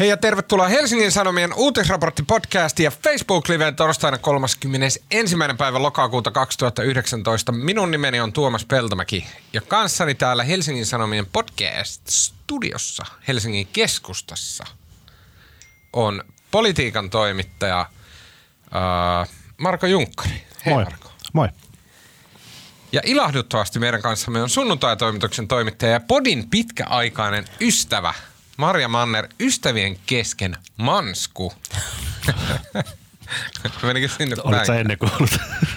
Hei ja tervetuloa Helsingin Sanomien uutisraporttipodcastiin ja Facebook-liveen torstaina 31. päivä lokakuuta 2019. Minun nimeni on Tuomas Peltomäki ja kanssani täällä Helsingin Sanomien podcast-studiossa Helsingin keskustassa on politiikan toimittaja Marko Junkkari. Hei Moi. Marko. Moi. Ja ilahduttavasti meidän kanssamme on sunnuntai-toimituksen toimittaja ja podin pitkäaikainen ystävä Marja Manner, ystävien kesken Mansku. Menikö sinne päin? Oletko sä ennen kuullut?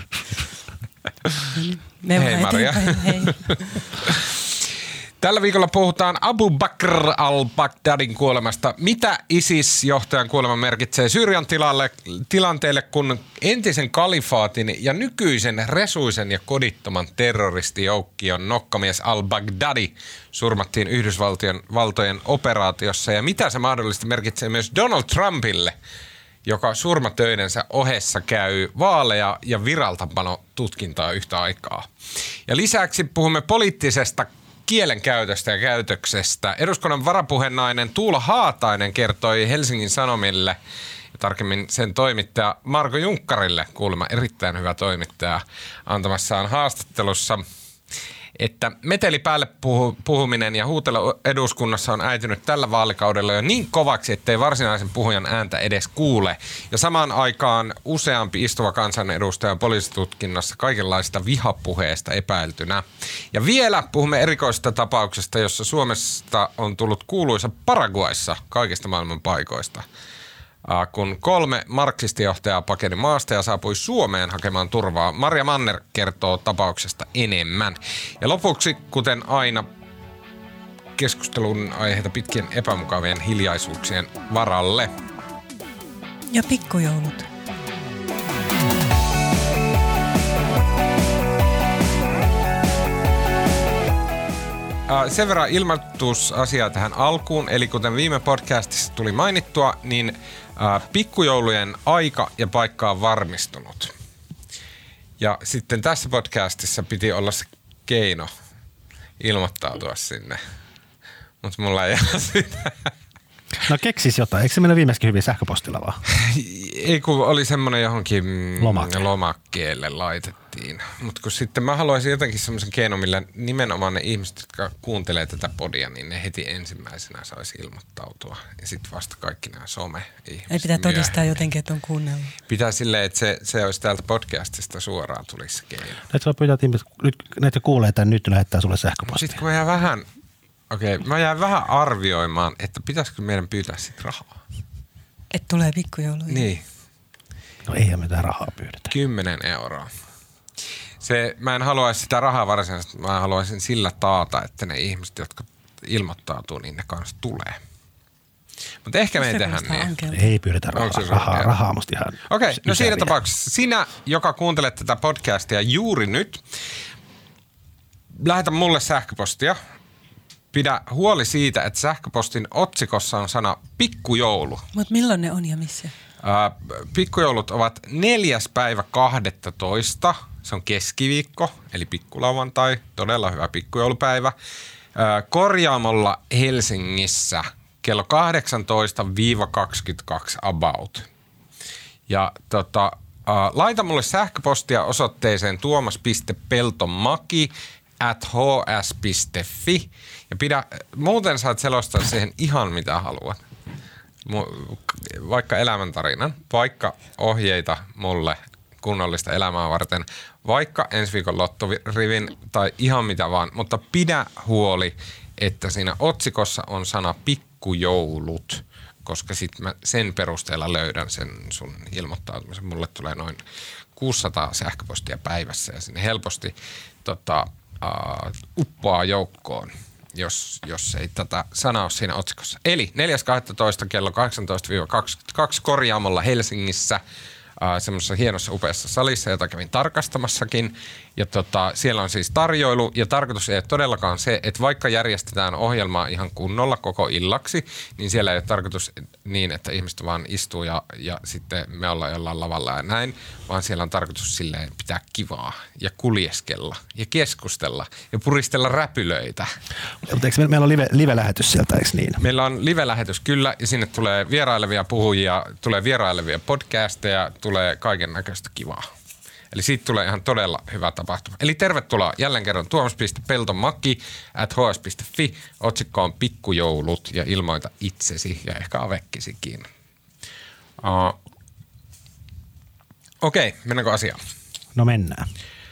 Hei Marja. Hei. Tällä viikolla puhutaan Abu Bakr al-Baghdadin kuolemasta. Mitä ISIS-johtajan kuolema merkitsee Syyrian tilanteelle, kun entisen kalifaatin ja nykyisen resuisen ja kodittoman terroristijoukkion nokkamies al-Baghdadi surmattiin Yhdysvaltojen operaatiossa? Ja mitä se mahdollisesti merkitsee myös Donald Trumpille, joka surmatöidensä ohessa käy vaaleja ja viraltapano-tutkintaa yhtä aikaa? Ja lisäksi puhumme poliittisesta kielenkäytöstä ja käytöksestä. Eduskunnan varapuhenainen Tuula Haatainen kertoi Helsingin Sanomille ja tarkemmin sen toimittaja Marko Junkkarille, kuulemma erittäin hyvä toimittaja, antamassaan haastattelussa, että meteli päälle puhuminen ja huutelu eduskunnassa on äitynyt tällä vaalikaudella jo niin kovaksi, ettei varsinaisen puhujan ääntä edes kuule. Ja samaan aikaan useampi istuva kansanedustaja poliisitutkinnassa kaikenlaista vihapuheesta epäiltynä. Ja vielä puhumme erikoisesta tapauksesta, jossa Suomesta on tullut kuuluisa Paraguayssa kaikista maailman paikoista, kun 3 marksistijohtajaa pakeni maasta ja saapui Suomeen hakemaan turvaa. Marja Manner kertoo tapauksesta enemmän. Ja lopuksi, kuten aina, keskustelun aiheita pitkien epämukavien hiljaisuuksien varalle. Ja pikkujoulut. Sen verran ilmoitusasiaa tähän alkuun, eli kuten viime podcastissa tuli mainittua, niin pikkujoulujen aika ja paikka on varmistunut. Ja sitten tässä podcastissa piti olla se keino ilmoittautua sinne, mutta mulla ei ole sitä. No keksis jotain. Eikö se mennä viimeiskin hyvin sähköpostilla vaan? Ei kun oli semmoinen johonkin lomakkeelle laitettiin. Mutta kun sitten mä haluaisin jotenkin semmoisen keinon, millä nimenomaan ne ihmiset, jotka kuuntelee tätä podia, niin ne heti ensimmäisenä saisi ilmoittautua. Ja sitten vasta kaikki nämä some-ihmiset. Ei pitää todistaa jotenkin, että on kuunnellut. Pitää silleen, että se olisi täältä podcastista suoraan tulisi se keino. Näitä saa pyytää, että näitä kuulee tämän nyt lähettää sulle sähköpostia. Sitten kun mä jään vähän arvioimaan, että pitäisikö meidän pyytää sitten rahaa. Että tulee pikkujouluja. Niin. No eihän mitään rahaa pyydetä. 10 euroa. Mä en haluaisi sitä rahaa varsinaisesti, mä haluaisin sillä taata, että ne ihmiset, jotka ilmoittautuu, niin ne kanssa tulee. Mutta ehkä me ei tehdä niin. Ei pyydetä rahaa. Rahaa musta ihan. Okei, no siinä tapauksessa sinä, joka kuuntelet tätä podcastia juuri nyt, lähetä mulle sähköpostia. Pidä huoli siitä, että sähköpostin otsikossa on sana pikkujoulu. Mutta milloin ne on ja missä? Pikkujoulut ovat 4.12. Se on keskiviikko, eli pikkulauantai. Todella hyvä pikkujoulupäivä. Korjaamolla Helsingissä kello 18-22 about. Ja laita mulle sähköpostia osoitteeseen tuomas.peltomaki@hs.fi ja muuten saat selostaa siihen ihan mitä haluat. Vaikka elämäntarinan, vaikka ohjeita mulle kunnollista elämää varten, vaikka ensi viikon lottorivin tai ihan mitä vaan, mutta pidä huoli, että siinä otsikossa on sana pikkujoulut, koska sitten mä sen perusteella löydän sen sun ilmoittautumisen. Mulle tulee noin 600 sähköpostia päivässä ja sinne helposti uppoaa joukkoon, jos ei tätä sanaa ole siinä otsikossa. Eli 4.12. kello 18-22 korjaamolla Helsingissä semmoisessa hienossa upeassa salissa, jota kävin tarkastamassakin. Ja siellä on siis tarjoilu ja tarkoitus ei ole todellakaan se, että vaikka järjestetään ohjelmaa ihan kunnolla koko illaksi, niin siellä ei ole tarkoitus niin, että ihmiset vaan istuu ja sitten me ollaan jollain lavalla ja näin, vaan siellä on tarkoitus silleen pitää kivaa ja kuljeskella ja keskustella ja puristella räpylöitä. Mutta eikö meillä on live-lähetys sieltä, eikö niin? Meillä on live-lähetys kyllä ja sinne tulee vierailevia puhujia, tulee vierailevia podcasteja, tulee kaiken näköistä kivaa. Eli siitä tulee ihan todella hyvä tapahtuma. Eli tervetuloa jälleen kerran tuomas.peltomäki@hs.fi. Otsikko on Pikkujoulut ja ilmoita itsesi ja ehkä avekkisikin. Okei, mennäänkö asiaan? No mennään.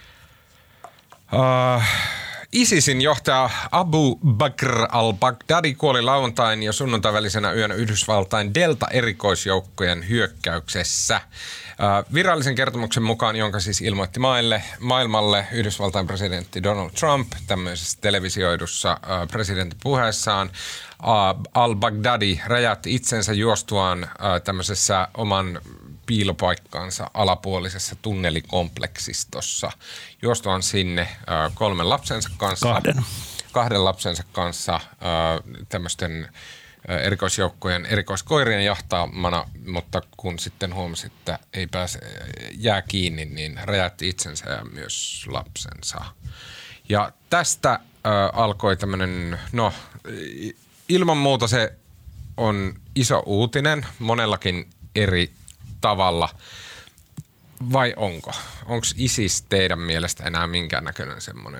ISISin johtaja Abu Bakr al-Baghdadi kuoli lauantain ja sunnuntain välisenä yönä Yhdysvaltain Delta-erikoisjoukkojen hyökkäyksessä. Virallisen kertomuksen mukaan, jonka siis ilmoitti maailmalle Yhdysvaltain presidentti Donald Trump tämmöisessä televisioidussa presidenttipuheessaan, al-Baghdadi räjäytti itsensä juostuaan tämmöisessä oman piilopaikkaansa alapuolisessa tunnelikompleksistossa. Juostuaan sinne kahden lapsensa kanssa tämmöisten erikoisjoukkojen erikoiskoirien jahtaamana, mutta kun sitten huomasi, että ei pääse jää kiinni, niin räjäytti itsensä ja myös lapsensa. Ja tästä alkoi tämmöinen, ilman muuta se on iso uutinen monellakin eri tavalla. Vai onko? Onko ISIS teidän mielestä enää minkäännäköinen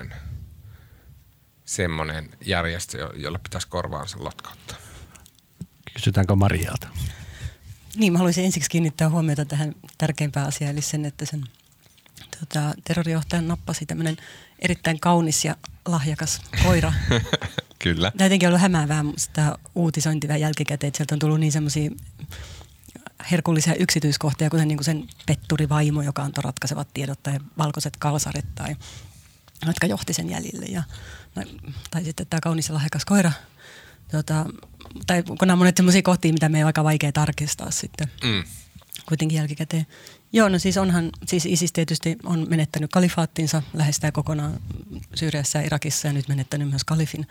semmoinen järjestö, jolle pitäisi korvaansa lotkauttaa? Kysytäänkö Marialta? Niin, mä haluaisin ensiksi kiinnittää huomiota tähän tärkeimpään asiaan, eli sen, että sen terrorijohtajan nappasi tämmöinen erittäin kaunis ja lahjakas koira. Kyllä. Tämä jotenkin on ollut hämäävää sitä uutisointia jälkikäteen, että sieltä on tullut niin semmoisia herkullisia yksityiskohtia, kuten niin kuin sen petturivaimo, joka antoi ratkaisevat tiedot, tai valkoiset kalsarit, tai jotka johti sen jäljille. Tai sitten tämä kaunis ja lahjakas koira. Tai kun nämä on monet sellaisia kohtia, mitä me ei ole aika vaikea tarkistaa sitten kuitenkin jälkikäteen. Joo, no siis ISIS tietysti on menettänyt kalifaattinsa lähestään kokonaan Syyriassa ja Irakissa ja nyt menettänyt myös kalifin.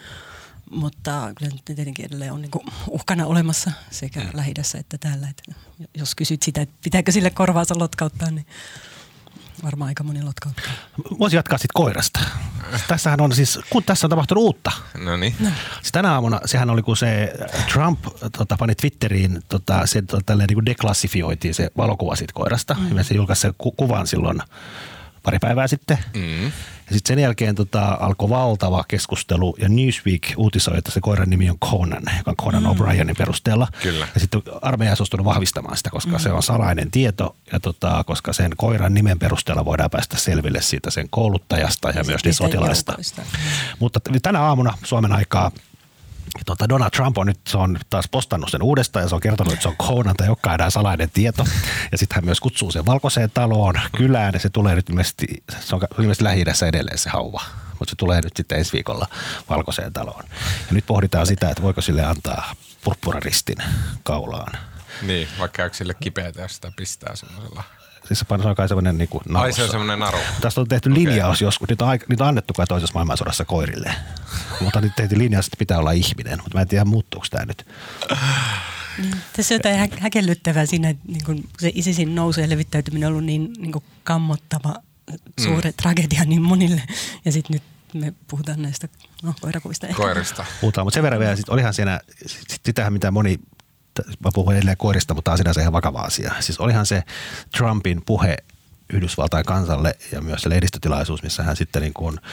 Mutta kyllä tietenkin edelleen on niin kuin uhkana olemassa sekä Lähi-idässä että täällä. Että jos kysyt sitä, että pitääkö sille korvaansa lotkauttaa, niin varmaan aika moni lotkauttaa. Voisi jatkaa sitten koirasta. Tässähän on siis, kun tässä on tapahtunut uutta. No niin. Siis tänä aamuna, sehän oli kun se Trump pani Twitteriin, se tälleen niin kuin deklassifioitiin se valokuva siitä koirasta. Ja se julkaisi sen kuvan silloin pari päivää sitten. Ja sitten sen jälkeen alkoi valtava keskustelu ja Newsweek uutisoi, että se koiran nimi on Conan, joka on Conan O'Brienin perusteella. Kyllä. Ja sitten armeija ei suostunut vahvistamaan sitä, koska se on salainen tieto ja koska sen koiran nimen perusteella voidaan päästä selville siitä sen kouluttajasta ja myös niistä sotilaista. Mutta tänä aamuna Suomen aikaa Donald Trump on taas postannut sen uudestaan ja se on kertonut, että se on Conan tai joka enää salainen tieto. Ja sitten hän myös kutsuu sen Valkoiseen taloon, kylään ja se tulee nyt ilmeisesti Lähi-idässä edelleen se hauva. Mutta se tulee nyt sitten ensi viikolla Valkoiseen taloon. Ja nyt pohditaan sitä, että voiko sille antaa purppuraristin kaulaan. Niin, vaikka käykö sille kipeätä, jos sitä pistää semmoisella. Siis se on kai semmoinen niin kuin narussa. Ai se on semmoinen naru. Tästä on tehty linjaus joskus. Niitä on annettu kai toisessa maailmansodassa koirille. Mutta nyt tehty linjaus, että pitää olla ihminen. Mutta mä en tiedä, muuttuuko tämä nyt. Niin, tässä on jotain häkellyttävää siinä, että niin kun se ISISin nousu ja levittäytyminen on ollut niin kuin kammottava suuri tragedia niin monille. Ja sitten nyt me puhutaan näistä koirakuvista. Koirista. Puhutaan, mutta sen verran vielä, olihan siinä sitähän mitä moni. Mä puhun edelleen koirista, mutta tämä on sinänsä ihan vakava asia. Siis olihan se Trumpin puhe Yhdysvaltain kansalle ja myös se lehdistötilaisuus, missä hän sitten niin kuin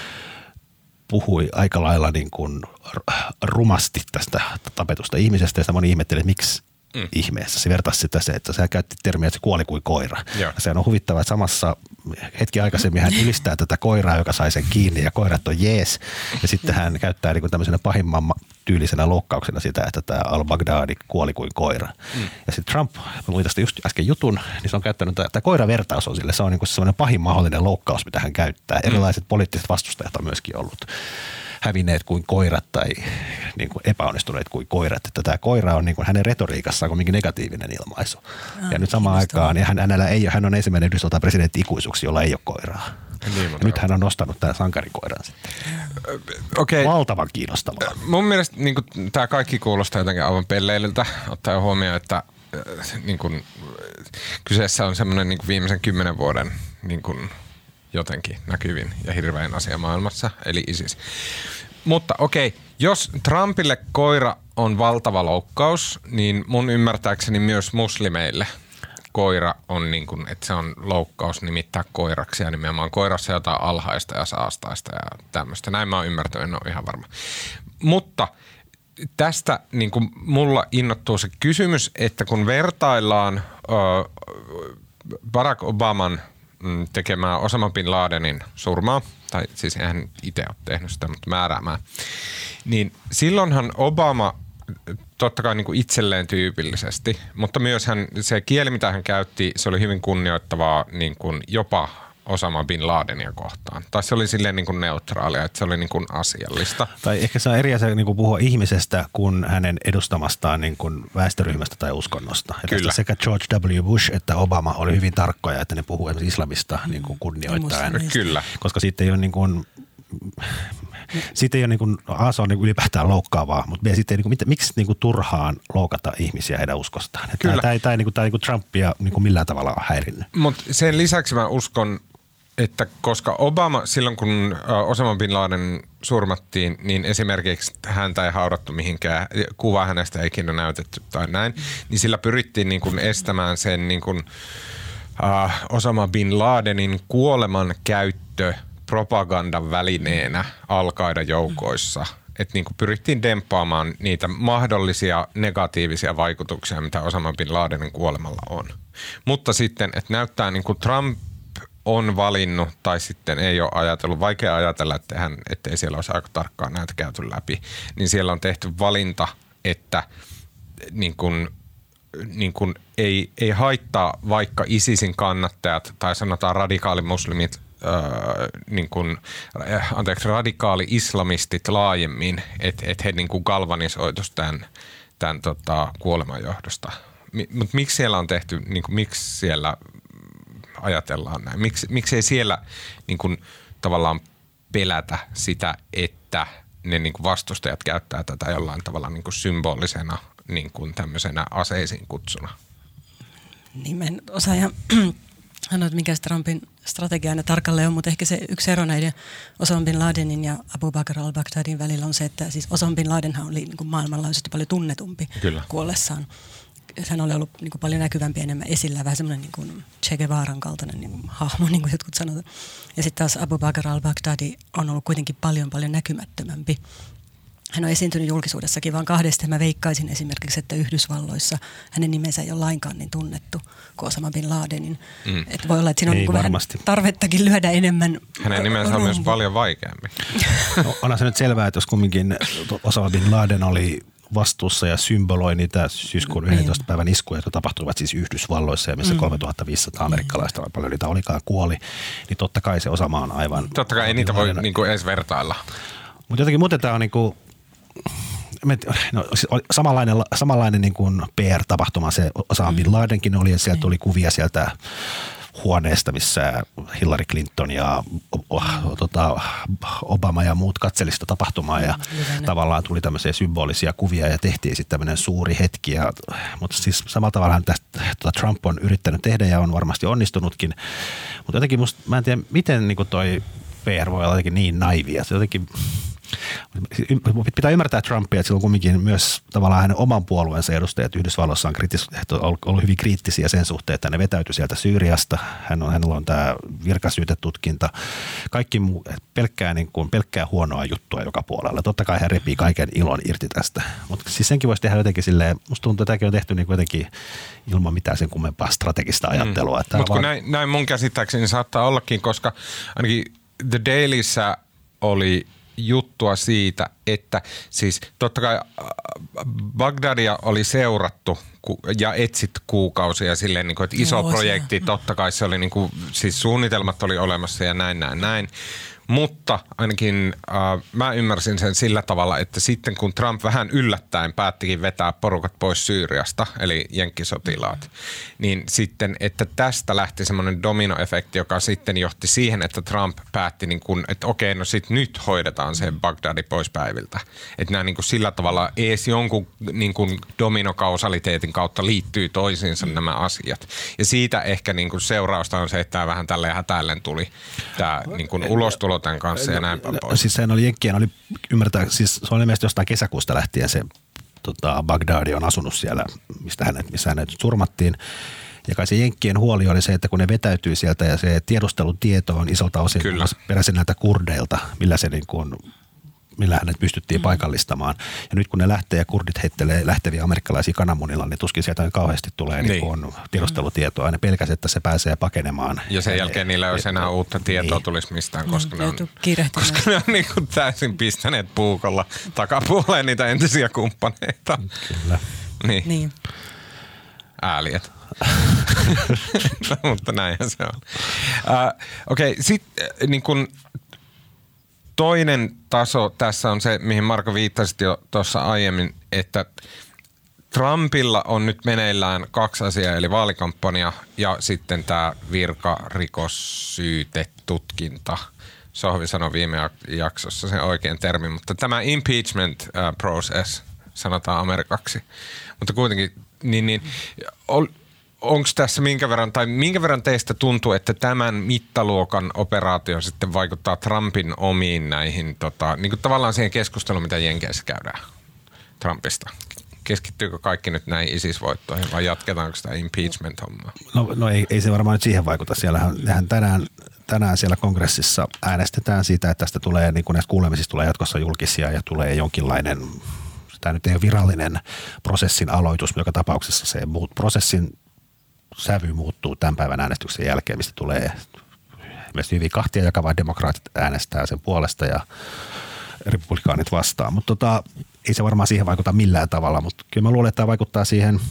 puhui aika lailla niin kuin rumasti tästä tapetusta ihmisestä. Ja sitä moni ihmetteli, että miksi ihmeessä. Se vertaisi sitä se, että se käytti termiä, että se kuoli kuin koira. Ja se on huvittava, että samassa hetki aikaisemmin hän ylistää tätä koiraa, joka sai sen kiinni ja koirat on jees. Ja sitten hän käyttää niin kuin tämmöisenä pahimman tyylisenä loukkauksena sitä, että tämä al-Baghdadi kuoli kuin koira. Ja sitten Trump, mä luin tästä just äsken jutun, niin se on käyttänyt, tämä koiravertaus on sille, se on niin kuin semmoinen pahin mahdollinen loukkaus, mitä hän käyttää. Erilaiset poliittiset vastustajat on myöskin ollut hävinneet kuin koirat tai niin kuin epäonnistuneet kuin koirat. Että tämä koira on niin kuin hänen retoriikassaan kuitenkin negatiivinen ilmaisu. Ja nyt samaan aikaan, ja hän on ensimmäinen Yhdysvaltain presidentti ikuisuuksi, jolla ei ole koiraa. Niin, nyt hän on nostanut tämän sankarikoiran sitten. Okay. Valtavan kiinnostavaa. Mun mielestä niin tämä kaikki kuulostaa jotenkin aivan pelleilyltä, ottaa huomioon, että niin kuin, kyseessä on semmoinen niin viimeisen 10 vuoden niin kuin, jotenkin näkyvin ja hirvein asia maailmassa, eli ISIS. Mutta okei, jos Trumpille koira on valtava loukkaus, niin mun ymmärtääkseni myös muslimeille koira on niin kuin, että se on loukkaus nimittää koiraksi ja nimenomaan koirassa jotain alhaista ja saastaista ja tämmöistä. Näin mä oon ymmärtänyt, en ole ihan varma. Mutta tästä niin kuin mulla innoittuu se kysymys, että kun vertaillaan Barack Obaman tekemään Osama Bin Ladenin surmaa, tai siis eihän itse ole tehnyt sitä, mutta määräämään, niin silloinhan Obama totta kai niin kuin itselleen tyypillisesti, mutta myös se kieli, mitä hän käytti, se oli hyvin kunnioittavaa niin kuin jopa Osama Bin Ladenia kohtaan. Tai se oli silleen niin kuin neutraalia, että se oli niin kuin asiallista. Tai ehkä se on eri asia niin kuin puhua ihmisestä kuin hänen edustamastaan niin kuin väestöryhmästä tai uskonnosta. Kyllä. Sekä George W. Bush että Obama oli hyvin tarkkoja, että ne puhuu esimerkiksi islamista niin kuin kunnioittaen. Kyllä. Koska siitä ei ole niin kuin siitä ei ole se on ylipäätään loukkaavaa, mutta sitten miksi turhaan loukata ihmisiä heidän uskostaan. Tämä ei Trumpia millään tavalla häirinnyt. Mutta sen lisäksi mä uskon, että koska Obama silloin kun Osama Bin Laden surmattiin, niin esimerkiksi häntä ei haudattu mihinkään, kuva hänestä ei ikinä näytetty tai näin, niin sillä pyrittiin niin kuin estämään sen niin kuin, Osama Bin Ladenin kuoleman käyttö propagandan välineenä Al-Qaidan joukoissa. Että niin kuin pyrittiin demppaamaan niitä mahdollisia negatiivisia vaikutuksia, mitä Osama Bin Ladenin kuolemalla on. Mutta sitten, että näyttää niin kuin Trump on valinnut tai sitten ei ole ajatellut, vaikea ajatella, ettei siellä olisi aika tarkkaan näitä käyty läpi, niin siellä on tehty valinta, että niin kuin ei haittaa vaikka ISISin kannattajat tai sanotaan radikaalimuslimit, radikaali-islamistit laajemmin, että he niin kuin galvanisoitus tämän kuoleman johdosta. Mutta miksi siellä on tehty, niin kuin, miksi siellä ajatellaan näin? Miksi ei siellä niin kuin, tavallaan pelätä sitä, että ne niin kuin vastustajat käyttää tätä jollain tavalla niin kuin symbolisena niin kuin tämmöisenä aseisiin kutsuna? Niin mä en osaa ihan sanoa, että mikä Trumpin strategia aina tarkalleen on, mutta ehkä se yksi ero näiden Osama Bin Ladenin ja Abu Bakr al-Baghdadin välillä on se, että siis Osama Bin Ladenhan oli niin kuin maailmanlaajuisesti paljon tunnetumpi kuollessaan. Hän oli ollut niin kuin paljon näkyvämpi, enemmän esillä, vähän semmoinen niin kuin Che Guevaran kaltainen niin kuin hahmo, niin kuin jotkut sanovat. Ja sitten taas Abu Bakr al-Baghdadi on ollut kuitenkin paljon näkymättömämpi. Hän on esiintynyt julkisuudessakin vaan kahdesta. Mä veikkaisin esimerkiksi, että Yhdysvalloissa hänen nimensä ei ole lainkaan niin tunnettu kuin Osama Bin Ladenin. Että voi olla, että siinä on niin vähän tarvettakin lyödä enemmän. Hänen nimensä on myös paljon vaikeampi. No, onhan se nyt selvää, että jos kumminkin Osama Bin Laden oli vastuussa ja symboloi niitä syyskuun 11. päivän iskuja, jotka tapahtuivat siis Yhdysvalloissa ja missä 3500 amerikkalaista paljon niitä olikaan kuoli, niin totta kai se Osama on aivan... Totta kai ei niitä voi niinku edes vertailla. Mutta jotenkin muuten tämä on niinku... No, samanlainen niin kuin PR-tapahtuma se Osama Bin Ladenkin oli, ja sieltä tuli kuvia sieltä huoneesta, missä Hillary Clinton ja Obama ja muut katseli sitä tapahtumaa, ja tavallaan tuli tämmöisiä symbolisia kuvia ja tehtiin sitten tämmöinen suuri hetki. Mutta siis samalla tavalla tästä Trump on yrittänyt tehdä ja on varmasti onnistunutkin, mutta jotenkin mä en tiedä, miten niin kuin toi PR voi olla jotenkin niin naivia. Se jotenkin... Pitää ymmärtää Trumpia, että sillä on kumminkin myös tavallaan hänen oman puolueensa edustajat Yhdysvalloissa on ollut hyvin kriittisiä sen suhteen, että ne vetäytyi sieltä Syyriasta. Hänellä on tämä virkasyytetutkinta. Kaikki muu, pelkkää huonoa juttua joka puolella. Totta kai hän repii kaiken ilon irti tästä. Mutta siis senkin voisi tehdä jotenkin silleen, musta tuntuu, että tämäkin on tehty niin jotenkin ilman mitään sen kummempaa strategista ajattelua. Mutta kun näin mun käsittääkseni saattaa ollakin, koska ainakin The Dailyssä oli juttua siitä, että siis totta kai Bagdadia oli seurattu ja etsit kuukausia silleen, niin kuin, että iso projekti, totta kai se oli niin kuin, siis suunnitelmat oli olemassa ja näin. Mutta ainakin mä ymmärsin sen sillä tavalla, että sitten kun Trump vähän yllättäen päättikin vetää porukat pois Syyriasta, eli jenkkisotilaat, niin sitten, että tästä lähti semmoinen dominoefekti, joka sitten johti siihen, että Trump päätti, niin kun, että okei, no sit nyt hoidetaan se Bagdadi pois päiviltä. Että nämä niin kuin sillä tavalla ees jonkun niin kuin dominokausaliteetin kautta liittyy toisiinsa nämä asiat. Ja siitä ehkä niin kuin seurausta on se, että tämä vähän tälleen hätäillen tuli tämä niin kuin ulostulo tämän kanssa ja näin päin pois. Siis sehän oli jenkkien, siis se oli ilmeisesti jostain kesäkuusta lähtien se Bagdadi on asunut siellä, missä hänet surmattiin. Ja kai se jenkkien huoli oli se, että kun ne vetäytyy sieltä ja se tiedustelutieto on isolta osin peräisin näiltä kurdeilta, millä hänet pystyttiin paikallistamaan. Ja nyt kun ne lähtee ja kurdit heittelee lähteviä amerikkalaisia kananmunilla, niin tuskin sieltä kauheasti tulee niin tiedustelutietoa. Ne pelkäsivät, että se pääsee pakenemaan. Ja sen jälkeen niillä ei olisi enää uutta tietoa tulisi mistään, koska ne on niin kuin täysin pistäneet puukolla takapuoleen niitä entisiä kumppaneita. Kyllä. Niin. Ääliät. No, mutta näinhän se on. Okei, sitten niin kun toinen taso tässä on se, mihin Marko viittasit jo tuossa aiemmin, että Trumpilla on nyt meneillään 2 asiaa, eli vaalikampanja ja sitten tämä virkarikossyytetutkinta. Sohvi sanoi viime jaksossa sen oikein termi, mutta tämä impeachment process sanotaan amerikaksi. Mutta kuitenkin, onko tässä minkä verran teistä tuntuu, että tämän mittaluokan operaatio sitten vaikuttaa Trumpin omiin näihin, niin kuin tavallaan siihen keskusteluun, mitä Jenkeissä käydään Trumpista? Keskittyykö kaikki nyt näihin ISIS-voittoihin vai jatketaanko sitä impeachment-hommaa? No ei se varmaan nyt siihen vaikuta. Siellähän tänään siellä kongressissa äänestetään siitä, että tästä tulee, niin kuin näistä kuulemisista tulee jatkossa julkisia ja tulee jonkinlainen, tämä nyt ei ole virallinen prosessin aloitus, mutta joka tapauksessa se prosessin sävy muuttuu tämän päivän äänestyksen jälkeen, mistä tulee ilmeisesti hyvin kahtia jakavaa. Demokraatit äänestää sen puolesta ja republikaanit vastaan. Mutta ei se varmaan siihen vaikuta millään tavalla, mutta kyllä mä luulen, että tämä vaikuttaa siihen.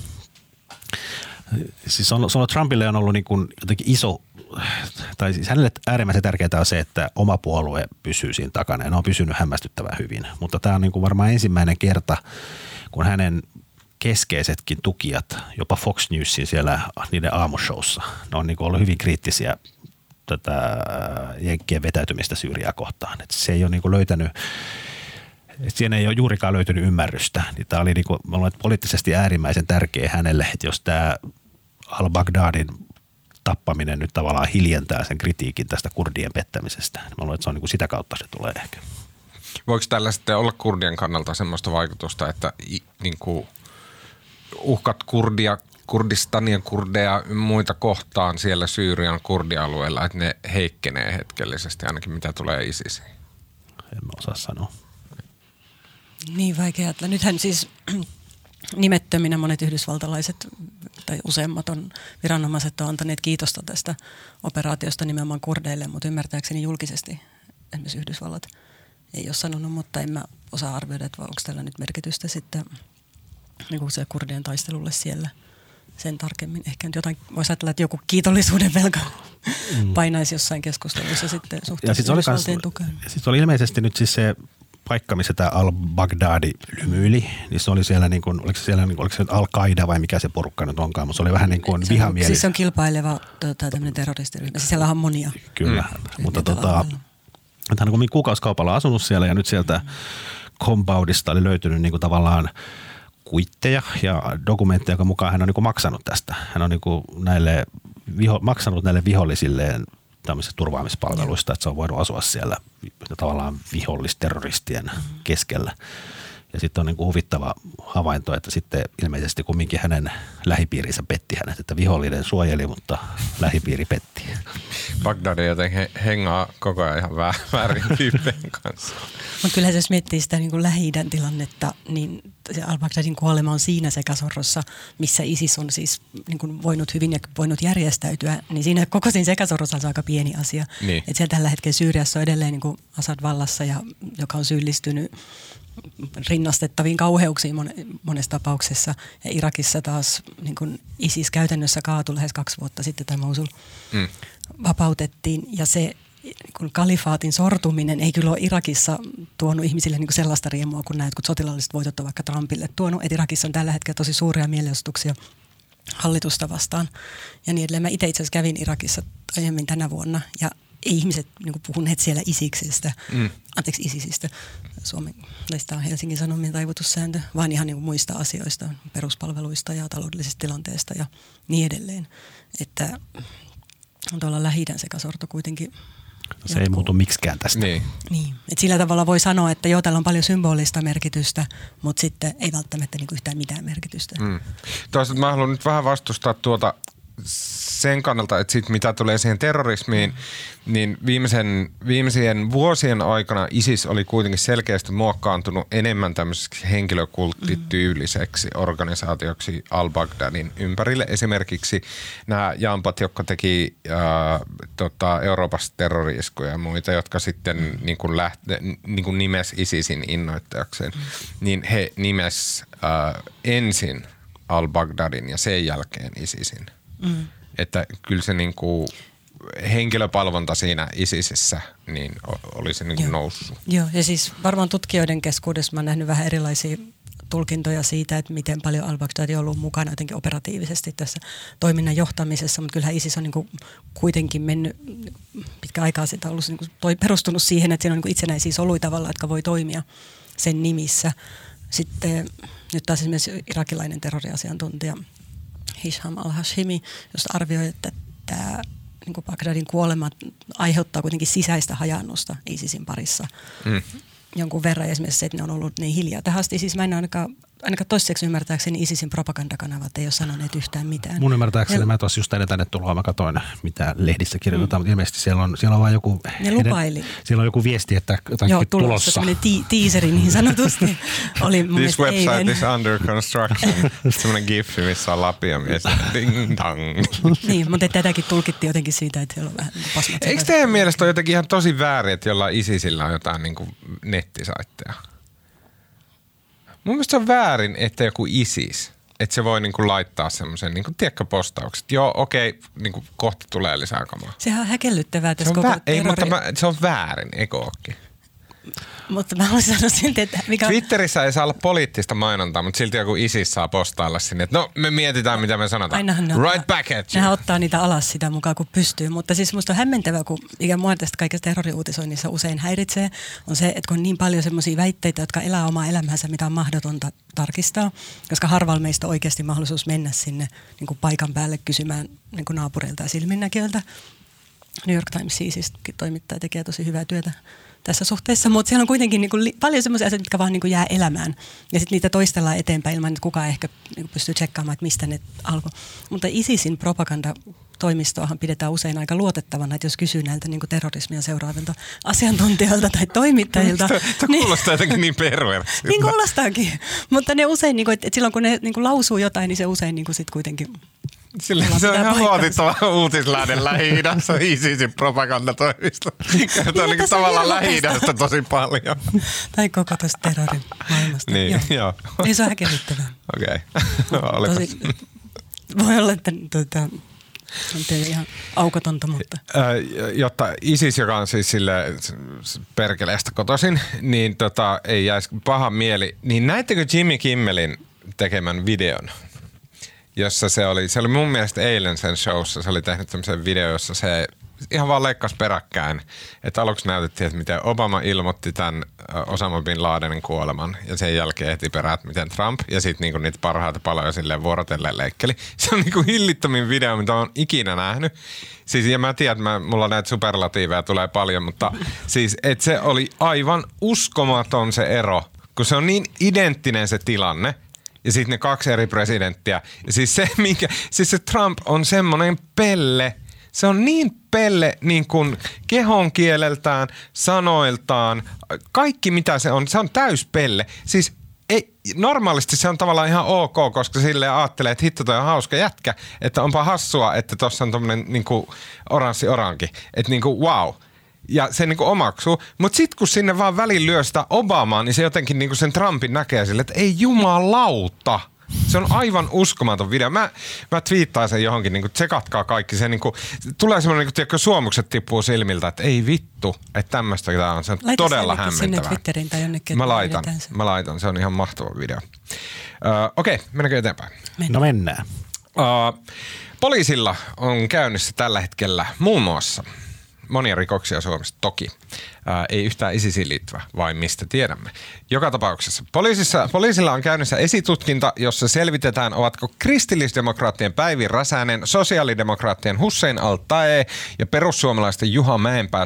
Siis Trumpille on ollut niin kuin jotenkin iso, tai siis hänelle äärimmäisen tärkeää on se, että oma puolue pysyy siinä takana ja ne on pysynyt hämmästyttävän hyvin. Mutta tämä on niin kuin varmaan ensimmäinen kerta, kun hänen keskeisetkin tukijat, jopa Fox Newsin siellä niiden aamushowssa, ne on niin kuin ollut hyvin kriittisiä tätä jenkkien vetäytymistä Syyriaa kohtaan. Et se ei ole niin kuin löytänyt, siinä ei ole juurikaan löytynyt ymmärrystä. Niin tämä oli niin kuin, mä luulen, poliittisesti äärimmäisen tärkeä hänelle, että jos tämä al-Baghdadin tappaminen nyt tavallaan hiljentää sen kritiikin tästä kurdien pettämisestä. Mä luulen, että se on niin kuin sitä kautta se tulee ehkä. Voiko tällä sitten olla kurdien kannalta semmoista vaikutusta, että niin kuin uhkat Kurdistanien kurdeja muita kohtaan siellä Syyrian kurdialueella, että ne heikkenee hetkellisesti ainakin mitä tulee ISISiin? En mä osaa sanoa. Niin vaikea. Nythän siis nimettöminä monet yhdysvaltalaiset tai useimmat viranomaiset on antaneet kiitosta tästä operaatiosta nimenomaan kurdeille, mutta ymmärtääkseni julkisesti esimerkiksi Yhdysvallat ei ole sanonut, mutta en mä osaa arvioida, että onko tällä nyt merkitystä sitten niin kuin se kurdien taistelulle siellä sen tarkemmin. Ehkä nyt jotain, voisi ajatella, että joku kiitollisuuden velka painaisi jossain keskustelussa sitten suhteessa Yhdysvaltojen tukeen. Sitten oli ilmeisesti nyt siis se paikka, missä tämä al-Baghdadi lymyili, niin se oli siellä niin kuin, oliko se Al-Qaida vai mikä se porukka nyt onkaan, mutta se oli vähän niin kuin vihamielinen. Siis se on kilpaileva tämmöinen terroristiryhmä, siis siellä on monia. Kyllä, mutta hän on kuukausikaupalla asunut siellä ja nyt sieltä compoundista oli löytynyt niin kuin tavallaan kuitteja ja dokumentteja, jonka mukaan hän on niin kuin maksanut tästä. Hän on niin kuin maksanut näille vihollisilleen tämmöisistä turvaamispalveluista, että se on voinut asua siellä tavallaan vihollisterroristien keskellä. Ja sitten on niin kuin huvittava havainto, että sitten ilmeisesti kumminkin hänen lähipiirinsä petti hänet, että vihollinen suojeli, mutta lähipiiri petti. Bagdadi jotenkin hengaa koko ajan ihan väärin tyyppien kanssa. Mutta kyllähän jos miettii sitä niin kuin Lähi-idän tilannetta, niin se al-Baghdadin kuolema on siinä sekasorrossa, missä ISIS on siis niin kuin voinut hyvin ja voinut järjestäytyä, niin siinä koko siinä sekasorrossa on aika pieni asia. Niin. Että siellä tällä hetkellä Syyriassa on edelleen niin kuin Assad vallassa, joka on syyllistynyt rinnastettaviin kauheuksiin monessa tapauksessa. Ja Irakissa taas niin kuin ISIS käytännössä kaatui lähes 2 vuotta sitten, tai Mosul vapautettiin. Ja se kun kalifaatin sortuminen ei kyllä ole Irakissa tuonut ihmisille niin kuin sellaista riemua kuin nämä jotkut sotilaalliset voitot on vaikka Trumpille tuonut. Et Irakissa on tällä hetkellä tosi suuria mielenosoituksia hallitusta vastaan. Ja niin edelleen. Mä itse asiassa kävin Irakissa aiemmin tänä vuonna ja ei ihmiset niin kuin puhuneet siellä ISISistä, suomalaista on Helsingin Sanomien taivutussääntö, vaan ihan niin kuin muista asioista, peruspalveluista ja taloudellisesta tilanteesta ja niin edelleen. Että tuolla Lähi-idän sekasorto kuitenkin se ei muutu miksikään tästä. Niin. Et sillä tavalla voi sanoa, että joo, tällä on paljon symbolista merkitystä, mutta sitten ei välttämättä niin kuin yhtään mitään merkitystä. Toisaalta mä haluan nyt vähän vastustaa sen kannalta, että sit mitä tulee siihen terrorismiin, niin viimeisien vuosien aikana ISIS oli kuitenkin selkeästi muokkaantunut enemmän tämmöiseksi henkilökulttityyliseksi organisaatioksi al-Baghdadin ympärille. Esimerkiksi nämä jampat, jotka teki Euroopassa terrori-iskuja ja muita, jotka sitten niin kuin nimes ISISin innoittajakseen, niin he nimes ensin al-Baghdadin ja sen jälkeen ISISin. Että kyllä se niinku henkilöpalvonta siinä ISISissä niin oli se niinku noussut. Joo, ja siis varmaan tutkijoiden keskuudessa mä oon nähnyt vähän erilaisia tulkintoja siitä, että miten paljon al-Baghdadi on ollut mukana jotenkin operatiivisesti tässä toiminnan johtamisessa, mutta kyllähän ISIS on niinku kuitenkin mennyt pitkä aikaa sitä ollut niinku perustunut siihen, että siinä on niinku itsenäisiä soluja tavalla, jotka voi toimia sen nimissä. Sitten nyt taas esimerkiksi irakilainen terroriasiantuntija Hisham al-Hashimi, josta arvioi, että tämä niin Baghdadin kuolema aiheuttaa kuitenkin sisäistä hajannusta ISISin parissa jonkun verran. Ja esimerkiksi se, että ne on ollut niin hiljaa. Tähän asti siis mä en ainakaan toistaiseksi ymmärtääkseni ISISin propagandakanavat ei ole sanoneet yhtään mitään. Mun ymmärtääkseni mä tuossa just tänne tuloa, mä katsoin mitä lehdissä kirjoitetaan, mutta ilmeisesti siellä on vain joku... Ne lupaili. Siellä on joku viesti, että jotakin tulossa. Semmoinen tiiseri niin sanotusti oli mun This website eilen. Is under construction. Semmoinen giffi, missä on lapia mies. Ding dang. Niin, mutta tätäkin tulkittiin jotenkin siitä, että siellä on vähän pasmat. Eikö teidän mielestä ole jotenkin ihan tosi väärin, että jollain ISISillä on jotain niin kuin nettisaitteja? Mun mielestä se on väärin, että joku ISIS, että se voi niinku laittaa semmoisen niinku postaukset. Joo, okei, niinku kohta tulee lisää kamaa. Sehän on häkellyttävää tässä koko terrori. Ei, mutta se on väärin, eikö ookin? Mutta mä haluaisin sanoa silti, että... Twitterissä ei saa olla poliittista mainontaa, mutta silti joku ISIS saa postailla sinne, että no me mietitään, mitä me sanotaan. Ainahan right back at you. Nehän ottaa niitä alas sitä mukaan, kun pystyy. Mutta siis musta on hämmentävää, kun mikä mua tästä kaikesta terroriuutisoinnissa usein häiritsee, on se, että kun on niin paljon semmoisia väitteitä, jotka elää omaa elämäänsä, mitä on mahdotonta tarkistaa, koska harvalla meistä on oikeasti mahdollisuus mennä sinne niin kuin paikan päälle kysymään niin kuin naapureilta ja silminnäkijöiltä. New York Times siis toimittaja tekee tosi hyvää työtä tässä suhteessa, mutta siellä on kuitenkin niin kuin paljon semmoisia asioita, mitkä vaan niin kuin jää elämään. Ja sitten niitä toistellaan eteenpäin ilman, että kukaan ehkä niin kuin pystyy tsekkaamaan, että mistä ne alkoi. Mutta ISISin propagandatoimistoahan pidetään usein aika luotettavana, että jos kysyy näiltä niin kuin terrorismia seuraavilta asiantuntijoilta tai toimittajilta. Tämä kuulostaa jotenkin niin perversiltä. Niin kuulostaakin, mutta ne usein, niin kuin, että silloin kun ne niin kuin lausuu jotain, niin se usein niin kuin sit kuitenkin... Se on ihan luotittava uutislähde Lähi-idässä, ISISin propagandatoimisto. Kertoo niin tavallaan Lähi-idästä tosi paljon. Tai koko tuosta terrorimaailmasta. Niin, joo. Ei se ole häkellyttävää. Okei. Voi olla, että on teille ihan aukotonta, mutta... Jotta ISIS, joka on siis sille perkeleestä kotoisin, niin ei jäisi paha mieli. Niin näittekö Jimmy Kimmelin tekemän videon? Jossa se oli mun mielestä eilen sen showssa, se oli tehnyt tämmöisen video, jossa se ihan vaan leikkasi peräkkäin. Että aluksi näytettiin, että miten Obama ilmoitti tämän Osama Bin Ladenin kuoleman ja sen jälkeen heti perään, miten Trump ja sitten niinku niitä parhaita paloja silleen vuorotelleen leikkeli. Se on niinku hillittömin video, mitä olen ikinä nähnyt. Siis, ja mä tiedän, että mulla näitä superlatiiveja tulee paljon, mutta siis, että se oli aivan uskomaton se ero, kun se on niin identtinen se tilanne. Ja sitten ne kaksi eri presidenttiä. Ja siis se Trump on semmoinen pelle. Se on niin pelle niin kuin kehonkieleltään, sanoiltaan, kaikki mitä se on täyspelle. Siis normaalisti se on tavallaan ihan ok, koska silleen ajattelee, että hitto toi on hauska jätkä, että onpa hassua, että tossa on tommonen niin kuin oranssi oranki. Että niin kuin wow. Ja se niinku omaksuu. Mutta sitten kun sinne vaan väliin lyö sitä Obamaa, niin se jotenkin niinku sen Trumpin näkee sille, että ei jumalauta. Se on aivan uskomaton video. Mä twiittaan sen johonkin, niin tsekatkaa kaikki. Se niin kuin, tulee semmoinen, niin kuin, suomukset tippuu silmiltä, että ei vittu, että tämmöistä tämä on. Se on todella hämmentävää. Sinne Twitteriin tai jonnekin. Mä laitan. Se on ihan mahtava video. Okei, mennäänkö eteenpäin? No mennään. Poliisilla on käynnissä tällä hetkellä muun muassa monia rikoksia Suomessa toki. Ei yhtään ISISiin liittyvä, vain mistä tiedämme. Joka tapauksessa poliisilla on käynnissä esitutkinta, jossa selvitetään, ovatko kristillisdemokraattien Päivi Räsänen, sosiaalidemokraattien Hussein al-Taee ja perussuomalaisten Juha Mäenpää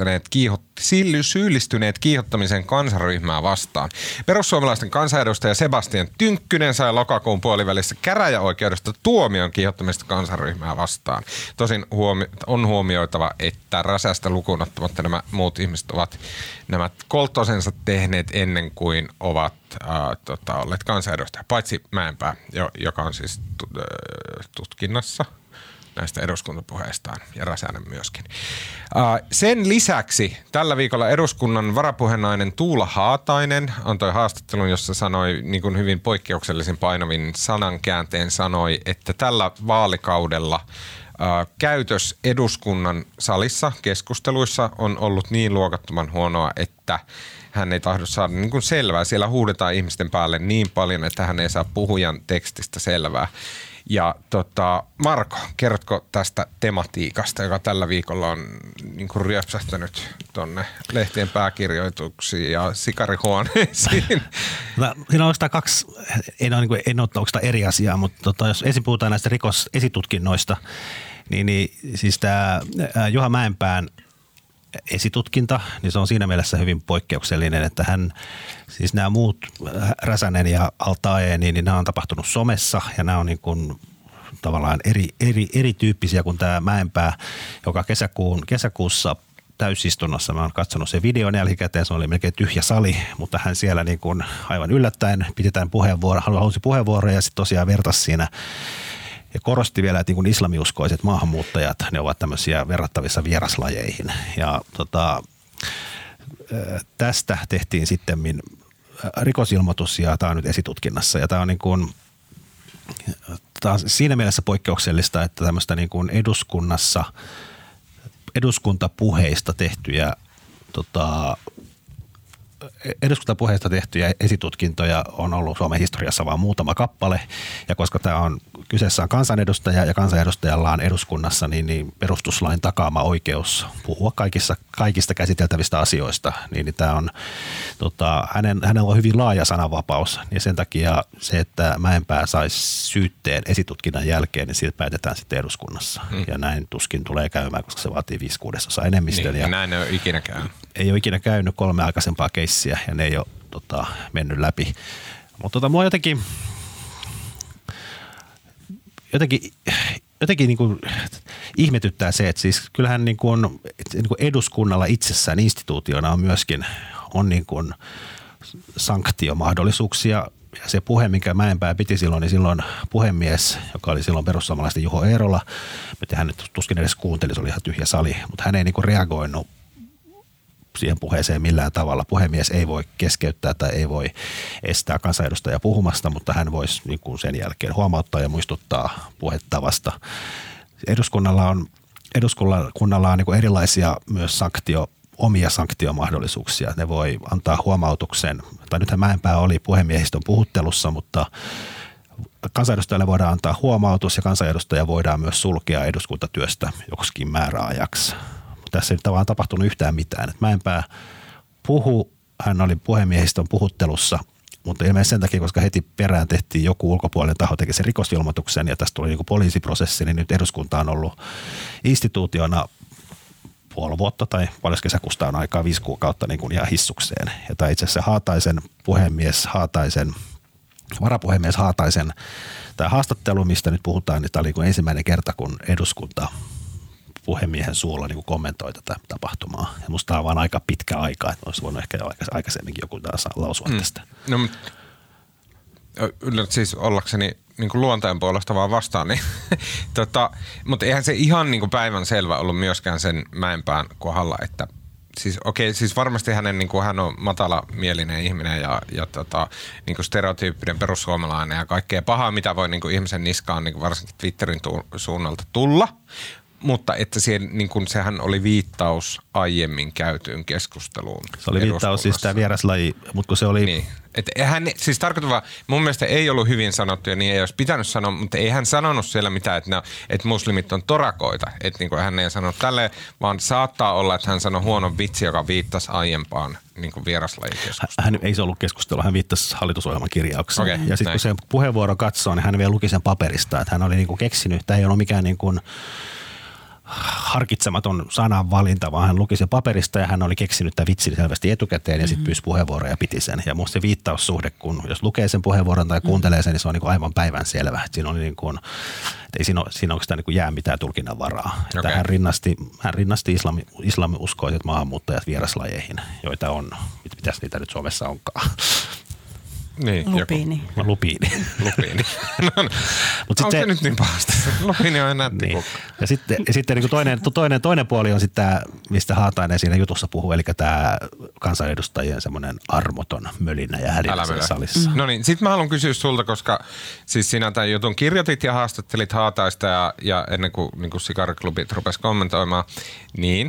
syyllistyneet kiihottamisen kansanryhmää vastaan. Perussuomalaisten kansanedustaja Sebastian Tynkkynen sai lokakuun puolivälissä käräjäoikeudesta tuomion kiihottamista kansanryhmää vastaan. Tosin on huomioitava, että Räsästä lukuun ottamatta nämä muut ihmiset ovat nämä kolttosensa tehneet ennen kuin ovat olleet kansanedustajia, paitsi Mäenpää, joka on siis tutkinnassa näistä eduskuntapuheistaan ja Räsänen myöskin. Sen lisäksi tällä viikolla eduskunnan varapuheenainen Tuula Haatainen antoi haastattelun, jossa sanoi niin kuin hyvin poikkeuksellisen painavin sanankäänteen sanoi, että tällä vaalikaudella käytös eduskunnan salissa keskusteluissa on ollut niin luokattoman huonoa, että hän ei tahdo saada niin kuin selvää. Siellä huudetaan ihmisten päälle niin paljon, että hän ei saa puhujan tekstistä selvää. Ja Marko, kerrotko tästä tematiikasta, joka tällä viikolla on niin kuin ryöpsähtänyt tuonne lehtien pääkirjoituksiin ja sikarihuoneisiin? Siinä on oikeastaan kaksi, en ole oikeastaan eri asiaa, mutta jos ensin puhutaan näistä rikosesitutkinnoista, niin siis tämä Juha Mäenpään esitutkinta, niin se on siinä mielessä hyvin poikkeuksellinen, että siis nämä muut Räsänen ja al-Taee, niin nämä on tapahtunut somessa ja nämä on niin kuin tavallaan erityyppisiä kuin tämä Mäenpää, joka kesäkuussa täysistunnossa, mä oon katsonut sen videon jälkikäteen, se oli melkein tyhjä sali, mutta hän siellä niin kuin aivan yllättäen piti tämän halusi puheenvuoroja ja sitten tosiaan vertasi siinä ja korosti vielä, että niin kuin islamiuskoiset maahanmuuttajat, ne ovat tämmöisiä verrattavissa vieraslajeihin. Ja tästä tehtiin sitten rikosilmoitus ja tämä on nyt esitutkinnassa. Ja tämä on, niin kuin, tämä on siinä mielessä poikkeuksellista, että tämmöistä niin kuin eduskuntapuheista tehtyjä esitutkintoja on ollut Suomen historiassa vain muutama kappale. Ja koska tämä on kyseessä on kansanedustaja ja kansanedustajalla on eduskunnassa, niin perustuslain takaama oikeus puhua kaikista käsiteltävistä asioista. Niin tämä on, hänellä on hyvin laaja sananvapaus ja sen takia se, että Mäenpää saisi syytteen esitutkinnan jälkeen, niin siitä päätetään sitten eduskunnassa. Ja näin tuskin tulee käymään, koska se vaatii 5/6 enemmistön. Niin, ja näin ei ole ikinä käynyt. Ei ole ikinä käynyt 3 aikaisempaa keissiä ja ne ei ole mennyt läpi. Mutta mua jotenkin niin kuin ihmetyttää se, että siis kyllähän niin kuin eduskunnalla itsessään instituutiona on myöskin niin kuin sanktiomahdollisuuksia. Ja se puhe, minkä Mäenpää piti silloin, niin silloin puhemies, joka oli silloin perussuomalaisten Juho Eerola, mutta hän nyt tuskin edes kuunteli, se oli ihan tyhjä sali, mutta hän ei niin kuin reagoinut siihen puheeseen millään tavalla. Puhemies ei voi keskeyttää tai ei voi estää kansanedustajaa puhumasta, mutta hän voisi niin kuin sen jälkeen huomauttaa ja muistuttaa puhettavasta. Eduskunnalla on niin kuin erilaisia myös omia sanktiomahdollisuuksia. Ne voi antaa huomautuksen, tai nythän Mäenpää oli puhemiehistön puhuttelussa, mutta kansanedustajalle voidaan antaa huomautus ja kansanedustaja voidaan myös sulkea eduskuntatyöstä joksikin määräajaksi. Tässä ei nyt vaan tapahtunut yhtään mitään. Et Mäenpää hän oli puhemiehistön puhuttelussa, mutta ilmeisesti sen takia, koska heti perään tehtiin joku ulkopuolinen taho teki sen rikosilmoituksen ja tästä tuli niin kuin poliisiprosessi, niin nyt eduskunta on ollut instituutiona puoli vuotta tai paljon kesäkuusta on aikaa 5 kuukautta niin kuin ihan hissukseen. Ja tämä itse asiassa varapuhemies Haataisen tämä haastattelu, mistä nyt puhutaan, niin tämä oli niin ensimmäinen kerta, kun eduskunta puhemiehen suulla niin kuin kommentoi tätä tapahtumaa. Ja musta on vaan aika pitkä aika, että olisi voinut ehkä aikaisemminkin joku taas lausua tästä. No, siis ollakseni niin kuin luonteen puolesta vaan vastaan, niin mutta eihän se ihan niin kuin päivän selvä ollut myöskään sen Mäenpään kohdalla, että siis varmasti hänen, niin kuin hän on matalamielinen ihminen ja niin kuin stereotyyppinen perussuomalainen ja kaikkea pahaa, mitä voi niin kuin ihmisen niskaan niin kuin varsinkin Twitterin suunnalta tulla. Mutta että niin kun sehän oli viittaus aiemmin käytyyn keskusteluun. Se oli viittaus siis tämä vieraslaji, mutta kun se oli... Niin. Että hän, siis tarkoittaa, mun mielestä ei ollut hyvin sanottu ja niin ei olisi pitänyt sanoa, mutta ei hän sanonut siellä mitään, että muslimit on torakoita. Että niin hän ei sanonut tälleen, vaan saattaa olla, että hän sanoi huonon vitsi, joka viittasi aiempaan niin vieraslajikeskusteluun. Hän ei se ollut keskustelua, hän viittasi hallitusohjelman kirjaukseen. Okay, ja sitten kun se puheenvuoro katsoo, niin hän vielä luki sen paperista, että hän oli niin kuin keksinyt, tämä ei ollut mikään niin kuin harkitsematon sananvalinta, vaan hän luki sen paperista ja hän oli keksinyt tämän vitsin selvästi etukäteen ja sitten pyysi puheenvuoroa ja piti sen. Ja musta se viittaussuhde, kun jos lukee sen puheenvuoron tai kuuntelee sen, niin se on niin kuin aivan päivän selvä. Siinä oli niin kuin, että ei siinä oikeastaan niin kuin jää mitään tulkinnan varaa. Okay. Hän rinnasti islamiuskoiset maahanmuuttajat vieraslajeihin, joita on, mitäs niitä nyt Suomessa onkaan. Niin, lupiini. Lupiini. Onko se nyt niin pahasti? Lupiini on enää niin. Ja sitten niin toinen puoli on sitten tämä, mistä Haatainen siinä jutussa puhuu, eli tämä kansanedustajien semmoinen armoton mölinä ja hälinä salissa. No niin, sitten mä haluan kysyä sulta, koska siis sinä tämän jutun kirjoitit ja haastattelit Haataista ja ennen kuin Sikariklubit rupesi kommentoimaan, niin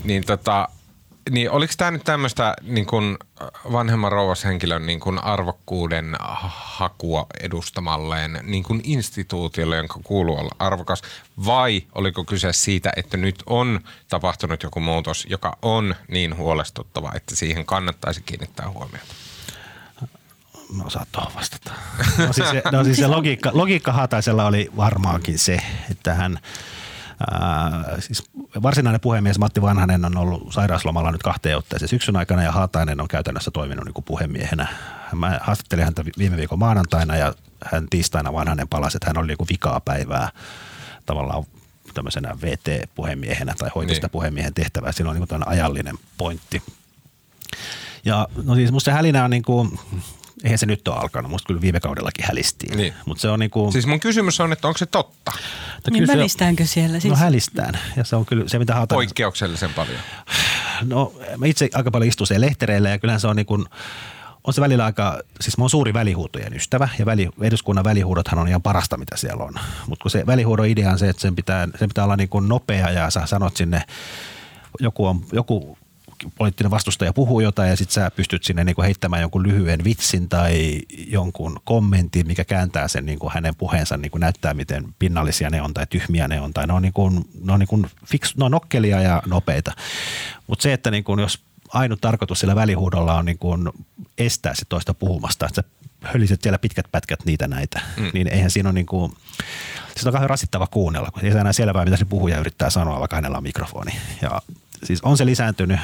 oliko tämä nyt tämmöistä niin kuin vanhemman rouvashenkilön niin kuin arvokkuuden hakua edustamalleen niin kuin instituutiolle, jonka kuuluu olla arvokas, vai oliko kyse siitä, että nyt on tapahtunut joku muutos, joka on niin huolestuttava, että siihen kannattaisi kiinnittää huomiota? No osaat tuohon vastata. Siis se logiikka Haataisella oli varmaankin se, että hän... siis varsinainen puhemies Matti Vanhanen on ollut sairauslomalla nyt 2 otteeseen syksyn aikana ja Haatainen on käytännössä toiminut niin kuin puhemiehenä. Mä haastattelin häntä viime viikon maanantaina ja hän tiistaina Vanhanen palasi, että hän oli niin kuin vikaa päivää tavallaan tämmöisenä VT-puhemiehenä tai hoiti sitä puhemiehen tehtävää. Sillä on niin kuin tämmöinen ajallinen pointti. Ja no siis musta se hälinä on niin kuin... Eihän se nyt ole alkanut, musta kyllä viime kaudellakin hälistiin. Niin. Mut se on niinku... Siis mun kysymys on, että onko se totta? Niin välistäänkö siellä? Siis... No hälistään. Ja se on kyllä se, mitä Haatainen... Poikkeuksellisen paljon. No mä itse aika paljon istun siellä lehtereillä ja kyllähän se on niinku... On se välillä aika... Siis mä oon suuri välihuutojen ystävä ja eduskunnan välihuudothan on ihan parasta, mitä siellä on. Mutta kun se välihuudon idea on se, että sen pitää olla niinku nopea ja sä sanot sinne... Joku poliittinen vastustaja puhuu jotain ja sitten sä pystyt sinne niinku heittämään jonkun lyhyen vitsin tai jonkun kommentin, mikä kääntää sen niinku hänen puheensa, niinku näyttää miten pinnallisia ne on tai tyhmiä ne on tai ne on nokkelia ja nopeita. Mutta se, että niinku, jos ainut tarkoitus sillä välihuudolla on niinku estää se toista puhumasta, että sä höliset siellä pitkät pätkät niitä näitä, niin eihän siinä ole niinku, se on kauhean rasittava kuunnella, kun ei saa enää selvää, mitä se puhuja yrittää sanoa, vaikka hänellä on mikrofoni. Ja siis on se lisääntynyt,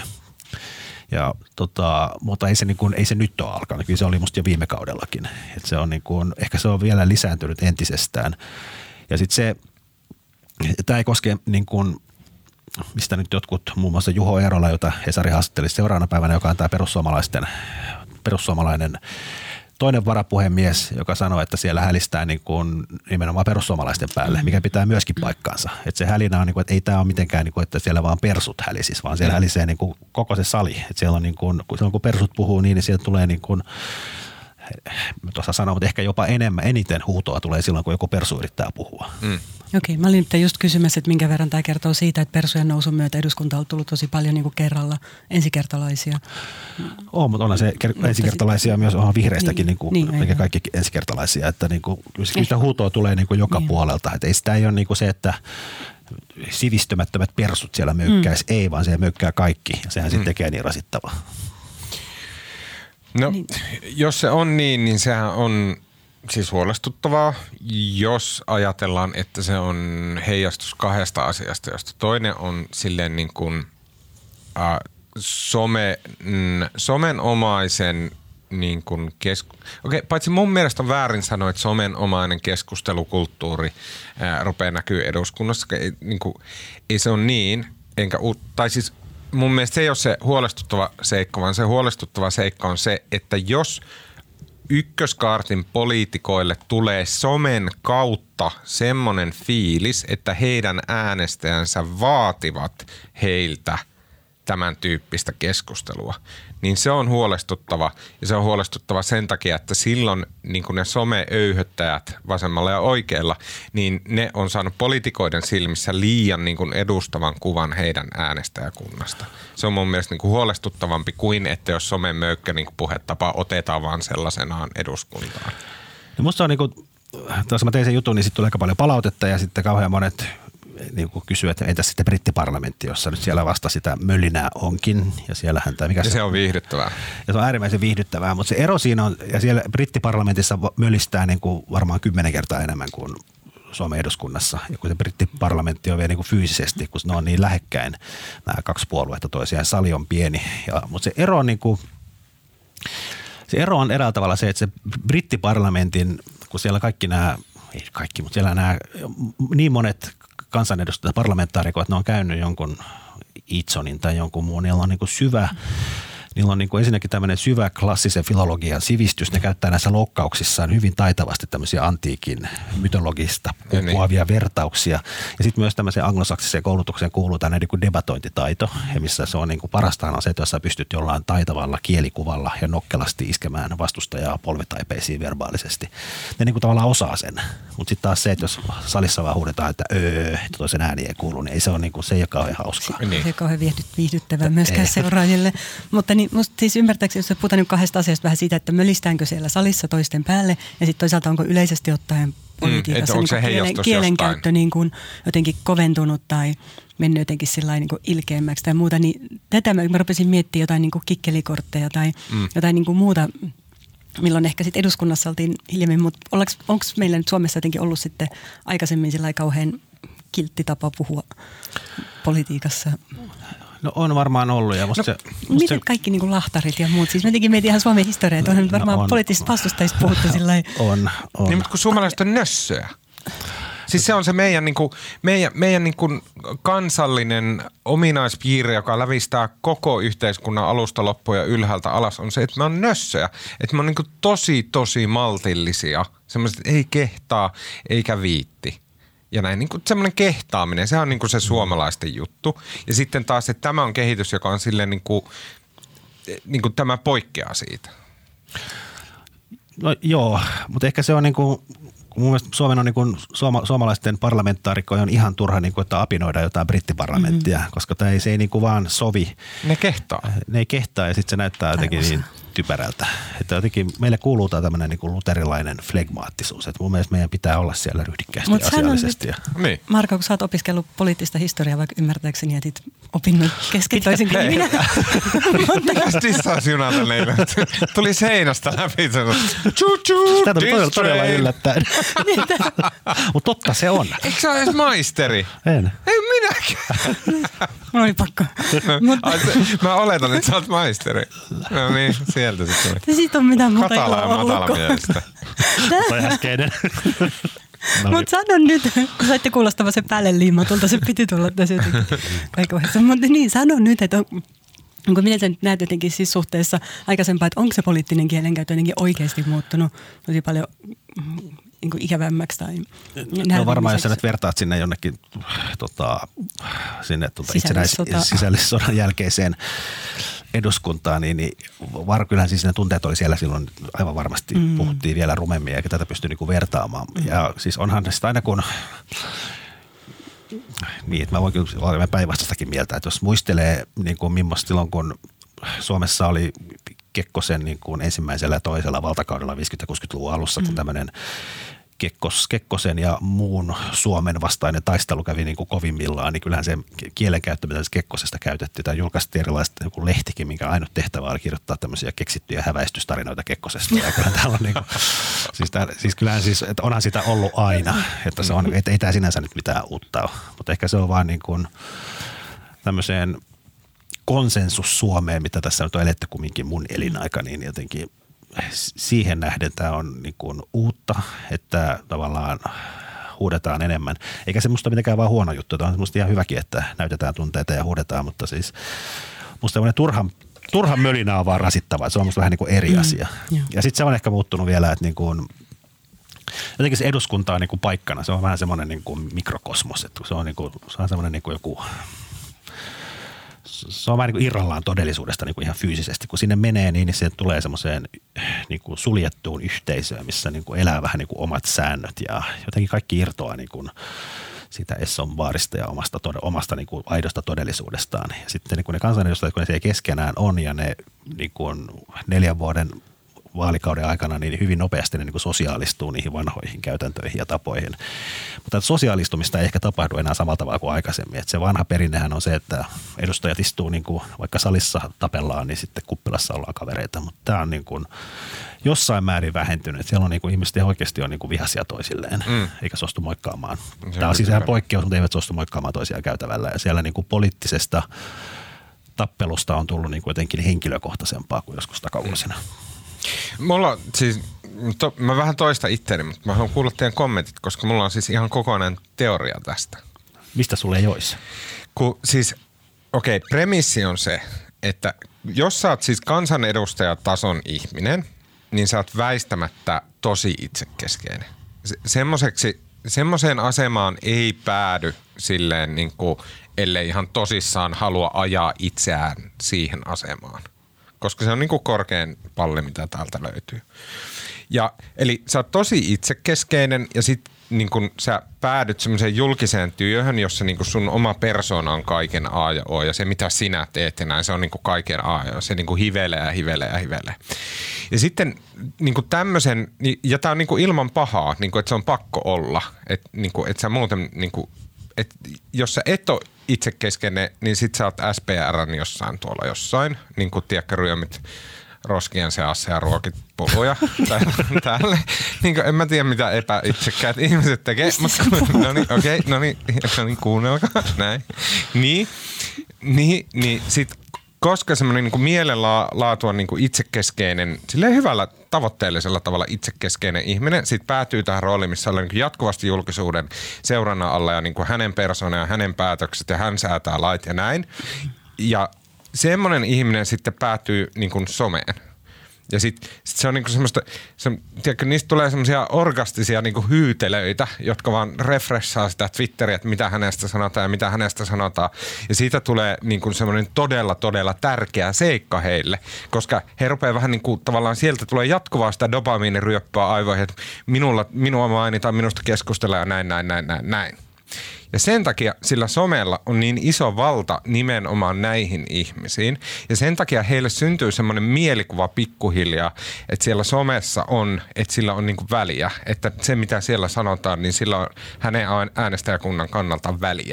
mutta ei se nyt ole alkanut. Kyllä se oli musta jo viime kaudellakin. Et se on ehkä se on vielä lisääntynyt entisestään. Ja sitten se, tämä ei koske mistä nyt jotkut, muun muassa Juho Eerola, jota Hesari haastatteli seuraavana päivänä, joka on tämä perussuomalainen toinen varapuhemies, joka sanoi, että siellä hälistää nimenomaan perussuomalaisten päälle, mikä pitää myöskin paikkaansa. Että se hälinä on, että ei tämä ole mitenkään, että siellä vaan persut hälisis, vaan siellä hälisee koko se sali. Että siellä on, kun persut puhuu niin sieltä tulee tuossa sanoa, mutta ehkä jopa eniten huutoa tulee silloin, kun joku persu yrittää puhua. Okei, mä olin nyt just kysymässä, että minkä verran tämä kertoo siitä, että persujen nousun myötä eduskunta on tullut tosi paljon kerralla ensikertalaisia. Mutta onhan se ensikertalaisia myös onhan vihreistäkin, eikä kaikki ensikertalaisia, että kyllä sitä huutoa tulee joka puolelta. Että ei sitä ei ole se, että sivistymättömät persut siellä möykkäisi, ei vaan se möykkää kaikki ja sehän sitten tekee niin rasittavaa. No, jos se on niin sehän on siis huolestuttavaa, jos ajatellaan, että se on heijastus 2 asiasta, josta toinen on silleen somenomaisen Okei, paitsi mun mielestä on väärin sanoa, että somenomainen keskustelukulttuuri rupeaa näkyy eduskunnassa. Ei se ole niin, tai siis mun mielestä se ei ole se huolestuttava seikka, vaan se huolestuttava seikka on se, että jos ykköskaartin poliitikoille tulee somen kautta semmoinen fiilis, että heidän äänestäjänsä vaativat heiltä tämän tyyppistä keskustelua, niin se on huolestuttava. Ja se on huolestuttava sen takia, että silloin niin kuin ne some-öyhöttäjät vasemmalla ja oikealla, niin ne on saanut poliitikoiden silmissä liian niin kuin edustavan kuvan heidän äänestäjäkunnasta. Se on mun mielestä niin kuin huolestuttavampi kuin, että jos somemöykkä niin kuin puhetapa otetaan vaan sellaisenaan eduskuntaan. No musta on niin kuin, tuossa mä tein sen jutun, niin sitten tuli aika paljon palautetta ja sitten kauhean monet niin kuin kysyy, että entäs sitten brittiparlamentti, jossa nyt siellä vasta sitä mölinää onkin. Ja siellähän tämä, mikä se on viihdyttävää. Ja se on äärimmäisen viihdyttävää, mutta se ero siinä on, ja siellä brittiparlamentissa mölistää niin kuin varmaan 10 kertaa enemmän kuin Suomen eduskunnassa. Ja kun se brittiparlamentti on vielä niin kuin fyysisesti, kun ne on niin lähekkäin nämä kaksi puoluetta toisiaan, sali on pieni. Mutta se ero on niin kuin, se ero on eräällä tavalla se, että se brittiparlamentin, kun siellä kaikki nämä, ei kaikki, mutta siellä nämä niin monet kansanedustajat, parlamentaarikot, ne on käynyt jonkun Itsonin tai jonkun muun, niillä on niin kuin syvä, niillä on niin kuin ensinnäkin tämmöinen syvä klassisen filologian sivistys. Ne käyttää näissä loukkauksissaan hyvin taitavasti tämmöisiä antiikin mytologista kuvaavia vertauksia. Ja sitten myös tämmöiseen anglosaksiseen koulutukseen kuuluu tämmöinen niin kuin debatointitaito, ja missä se on niin kuin parastaan on se, että jos sä pystyt jollain taitavalla kielikuvalla ja nokkelasti iskemään vastustajaa polvitaipeisiin verbaalisesti. Ne niin kuin tavallaan osaa sen. Mutta sitten taas se, että jos salissa vaan huudetaan, että toisen ääni ei kuulu, niin ei se ole niin kuin, se ei ole kauhean hauskaa. Se ei ole kauhean viihdyttävää myöskään seuraajille. Mutta niin, musta siis ymmärtääkseni, jos puhutaan nyt kahdesta asiasta vähän siitä, että mölistäänkö siellä salissa toisten päälle ja sitten toisaalta onko yleisesti ottaen politiikassa niin kielenkäyttö niin kuin jotenkin koventunut tai mennyt jotenkin sillain niin kuin ilkeämmäksi tai muuta, niin tätä mä rupesin miettimään jotain niin kuin kikkelikortteja tai jotain niin kuin muuta, milloin ehkä sitten eduskunnassa oltiin hiljemmin, mutta onko meillä nyt Suomessa jotenkin ollut sitten aikaisemmin sillain kauhean kiltti tapa puhua politiikassa? No on varmaan ollut. Ja miten kaikki niin kuin lahtarit ja muut? Siis me jotenkin mietin ihan Suomen historiaa, että onhan nyt varmaan poliittisista vastustajista puhuttu sillä lailla. On. Niin, mutta kun suomalaiset on nössöjä. Siis se on se meidän kansallinen ominaispiirre, joka lävistää koko yhteiskunnan alusta loppuun ja ylhäältä alas, on se, että me on nössöjä. Että me on niin tosi maltillisia. Semmoiset, että ei kehtaa eikä viitti. Ja näin, niin kuin semmoinen kehtaaminen, se on niin kuin se suomalaisten juttu. Ja sitten taas, että tämä on kehitys, joka on silleen niin kuin tämä poikkeaa siitä. No joo, mutta ehkä se on niin kuin, mun mielestä Suomen on niin kuin, suomalaisten parlamentaarikkoja on ihan turha niin kuin, että apinoida jotain brittiparlamenttia, koska se ei niin kuin vaan sovi. Ne kehtaa. Ne ei kehtaa ja sitten se näyttää jotenkin niin typerältä. Että jotenkin meille kuuluu tämmöinen niin kuin luterilainen flegmaattisuus. Että mun mielestä meidän pitää olla siellä ryhdikkäästi ja asiallisesti. Niin. Marko, kun sä oot opiskellut poliittista historiaa, vaikka ymmärtääkseni jätit opinnot keskitoisin kuin minä. Just junalta neille. Tuli seinästä läpi. Sitä tuli todella yllättäen. Mutta totta se on. Eikö sä ole edes maisteri? En. Ei minäkään. Mulla oli pakko. Mä oletan, että sä oot maisteri. No niin, sieltä se tuli. Siitä on mitään muuta Katala ja matalamielistä. Toi äskeinen. Mutta sano nyt, kun saitte kuulostava se päälle liimatulta, se piti tulla tässä jotenkin kaikenlaista. Mutta niin, sano nyt, että onko miten sä nyt näet jotenkin siis suhteessa aikaisempaa, että onko se poliittinen kielenkäyttö jotenkin oikeasti muuttunut tosi paljon niin kuin ikävämmäksi tai no varmaan, jos sä nyt vertaat sinne jonnekin sisällissodan jälkeiseen eduskuntaan, niin kyllähän siis ne tunteet oli siellä silloin aivan varmasti puhuttiin vielä rumemmin, eikä tätä pysty niinku vertaamaan. Ja siis onhan sitä aina kun, niin että mä voin kyllä olla päinvastaistakin mieltä, että jos muistelee niin kuin millaista silloin, kun Suomessa oli Kekkosen niin kuin ensimmäisellä ja toisella valtakaudella 50- ja 60-luvun alussa, kun tämmöinen Kekkosen ja muun Suomen vastainen taistelu kävi niin kuin kovimmillaan, niin kyllähän se kielenkäyttö, mitä Kekkosesta käytettiin, tai julkaistiin erilaista joku lehtikin, minkä ainut tehtävä oli kirjoittaa tämmöisiä keksittyjä häväistystarinoita Kekkosesta. Ja kyllä täällä on niin kuin, siis kyllähän siis, että onhan sitä ollut aina, että se on, että ei tämä sinänsä nyt mitään uutta ole, mutta ehkä se on vaan niin kuin tämmöiseen konsensus Suomeen, mitä tässä nyt on eletty kumminkin mun elinaika, niin jotenkin siihen nähden tämä on niin kuin uutta, että tavallaan huudetaan enemmän. Eikä se musta mitenkään vaan huono juttu, tämä on musta ihan hyväkin, että näytetään tunteita ja huudetaan, mutta siis musta semmoinen turhan mölinä on vaan rasittavaa, se on musta vähän niin kuin eri asia. Ja sitten se on ehkä muuttunut vielä, että niin kuin jotenkin se eduskunta on niin kuin paikkana, se on vähän semmoinen niin kuin mikrokosmos, että se on semmoinen niin kuin joku se on vähän niin kuin irrallaan todellisuudesta niin kuin ihan fyysisesti. Kun sinne menee, niin se tulee semmoiseen niin kuin suljettuun yhteisöön, missä niin kuin elää vähän niin kuin omat säännöt ja jotenkin kaikki irtoaa niin kuin siitä Esson baarista ja omasta niin kuin aidosta todellisuudestaan. Ja sitten niin kuin ne kansanedustajat, kun ne siellä keskenään on ja ne niin kuin 4 vuoden vaalikauden aikana niin hyvin nopeasti ne niin kuin sosiaalistuu niihin vanhoihin käytäntöihin ja tapoihin. Mutta sosiaalistumista ei ehkä tapahdu enää samalla tavalla kuin aikaisemmin. Että se vanha perinnehän on se, että edustajat istuu niin kuin, vaikka salissa tapellaan, niin sitten kuppilassa ollaan kavereita. Mutta tämä on niin kuin jossain määrin vähentynyt. Siellä on niin kuin ihmiset oikeasti on niin kuin vihaisia toisilleen, eikä suostu moikkaamaan. Tämä on siis ihan poikkeus, mutta eivät suostu moikkaamaan toisiaan käytävällä. Ja siellä niin kuin poliittisesta tappelusta on tullut niin kuin jotenkin henkilökohtaisempaa kuin joskus takavuosina. Mulla siis, mä vähän toista itseäni, mutta mä haluan kuulla teidän kommentit, koska mulla on siis ihan kokonainen teoria tästä. Mistä sulle ei olisi? Siis, premissi on se, että jos sä oot siis kansanedustajatason ihminen, niin sä oot väistämättä tosi itsekeskeinen. Semmoiseen asemaan ei päädy silleen niin kuin, ellei ihan tosissaan halua ajaa itseään siihen asemaan. Koska se on niin kuin korkein palli, mitä täältä löytyy. Ja, eli sä oot tosi itsekeskeinen ja sit niin kun sä päädyt semmoiseen julkiseen työhön, jossa niin kun sun oma persona on kaiken A ja O ja se mitä sinä teet ja näin, se on niin kun kaiken A ja O. Se niin kun hivelee ja hivelee ja hivelee. Ja sitten niin kun tämmöisen, ja tää on niin kun ilman pahaa, niin kun, että se on pakko olla. Että niin kun, et sä muuten, niin kun, et jos sä et ole itsekeskeinen, niin sit sä oot SPR:n jossain tuolla jossain, niin kuin tiedätkö ryömit roskien seassa ja ruokit puluja tälle. Niin kuin, en mä tiedä mitä epäitsekkäät ihmiset tekee, mutta no niin, kuunnelkaa, näin. Niin sit koska semmoinen niin kuin mielenlaatu on niin kuin itsekeskeinen, silleen hyvällä tavoitteellisella tavalla itsekeskeinen ihminen, sit päätyy tähän rooliin, missä on niin kuin jatkuvasti julkisuuden seurannan alla ja niin kuin hänen persona ja hänen päätökset ja hän säätää lait ja näin. Ja semmoinen ihminen sitten päätyy niin kuin someen. Ja sit se on niinku semmoista, tiedätkö, niistä tulee semmoisia orgastisia niinku hyytelöitä, jotka vaan refreshaa sitä Twitteriä, että mitä hänestä sanotaan ja mitä hänestä sanotaan. Ja siitä tulee niinku semmoinen todella tärkeä seikka heille, koska he rupeaa vähän niinku tavallaan sieltä tulee jatkuvaa sitä dopamiiniryöppöä aivoihin, että minua mainitaan, minusta keskustellaan ja näin. Ja sen takia sillä somella on niin iso valta nimenomaan näihin ihmisiin. Ja sen takia heille syntyy semmoinen mielikuva pikkuhiljaa, että siellä somessa on, että sillä on niinku väliä. Että se mitä siellä sanotaan, niin sillä on hänen äänestäjäkunnan kannalta väliä.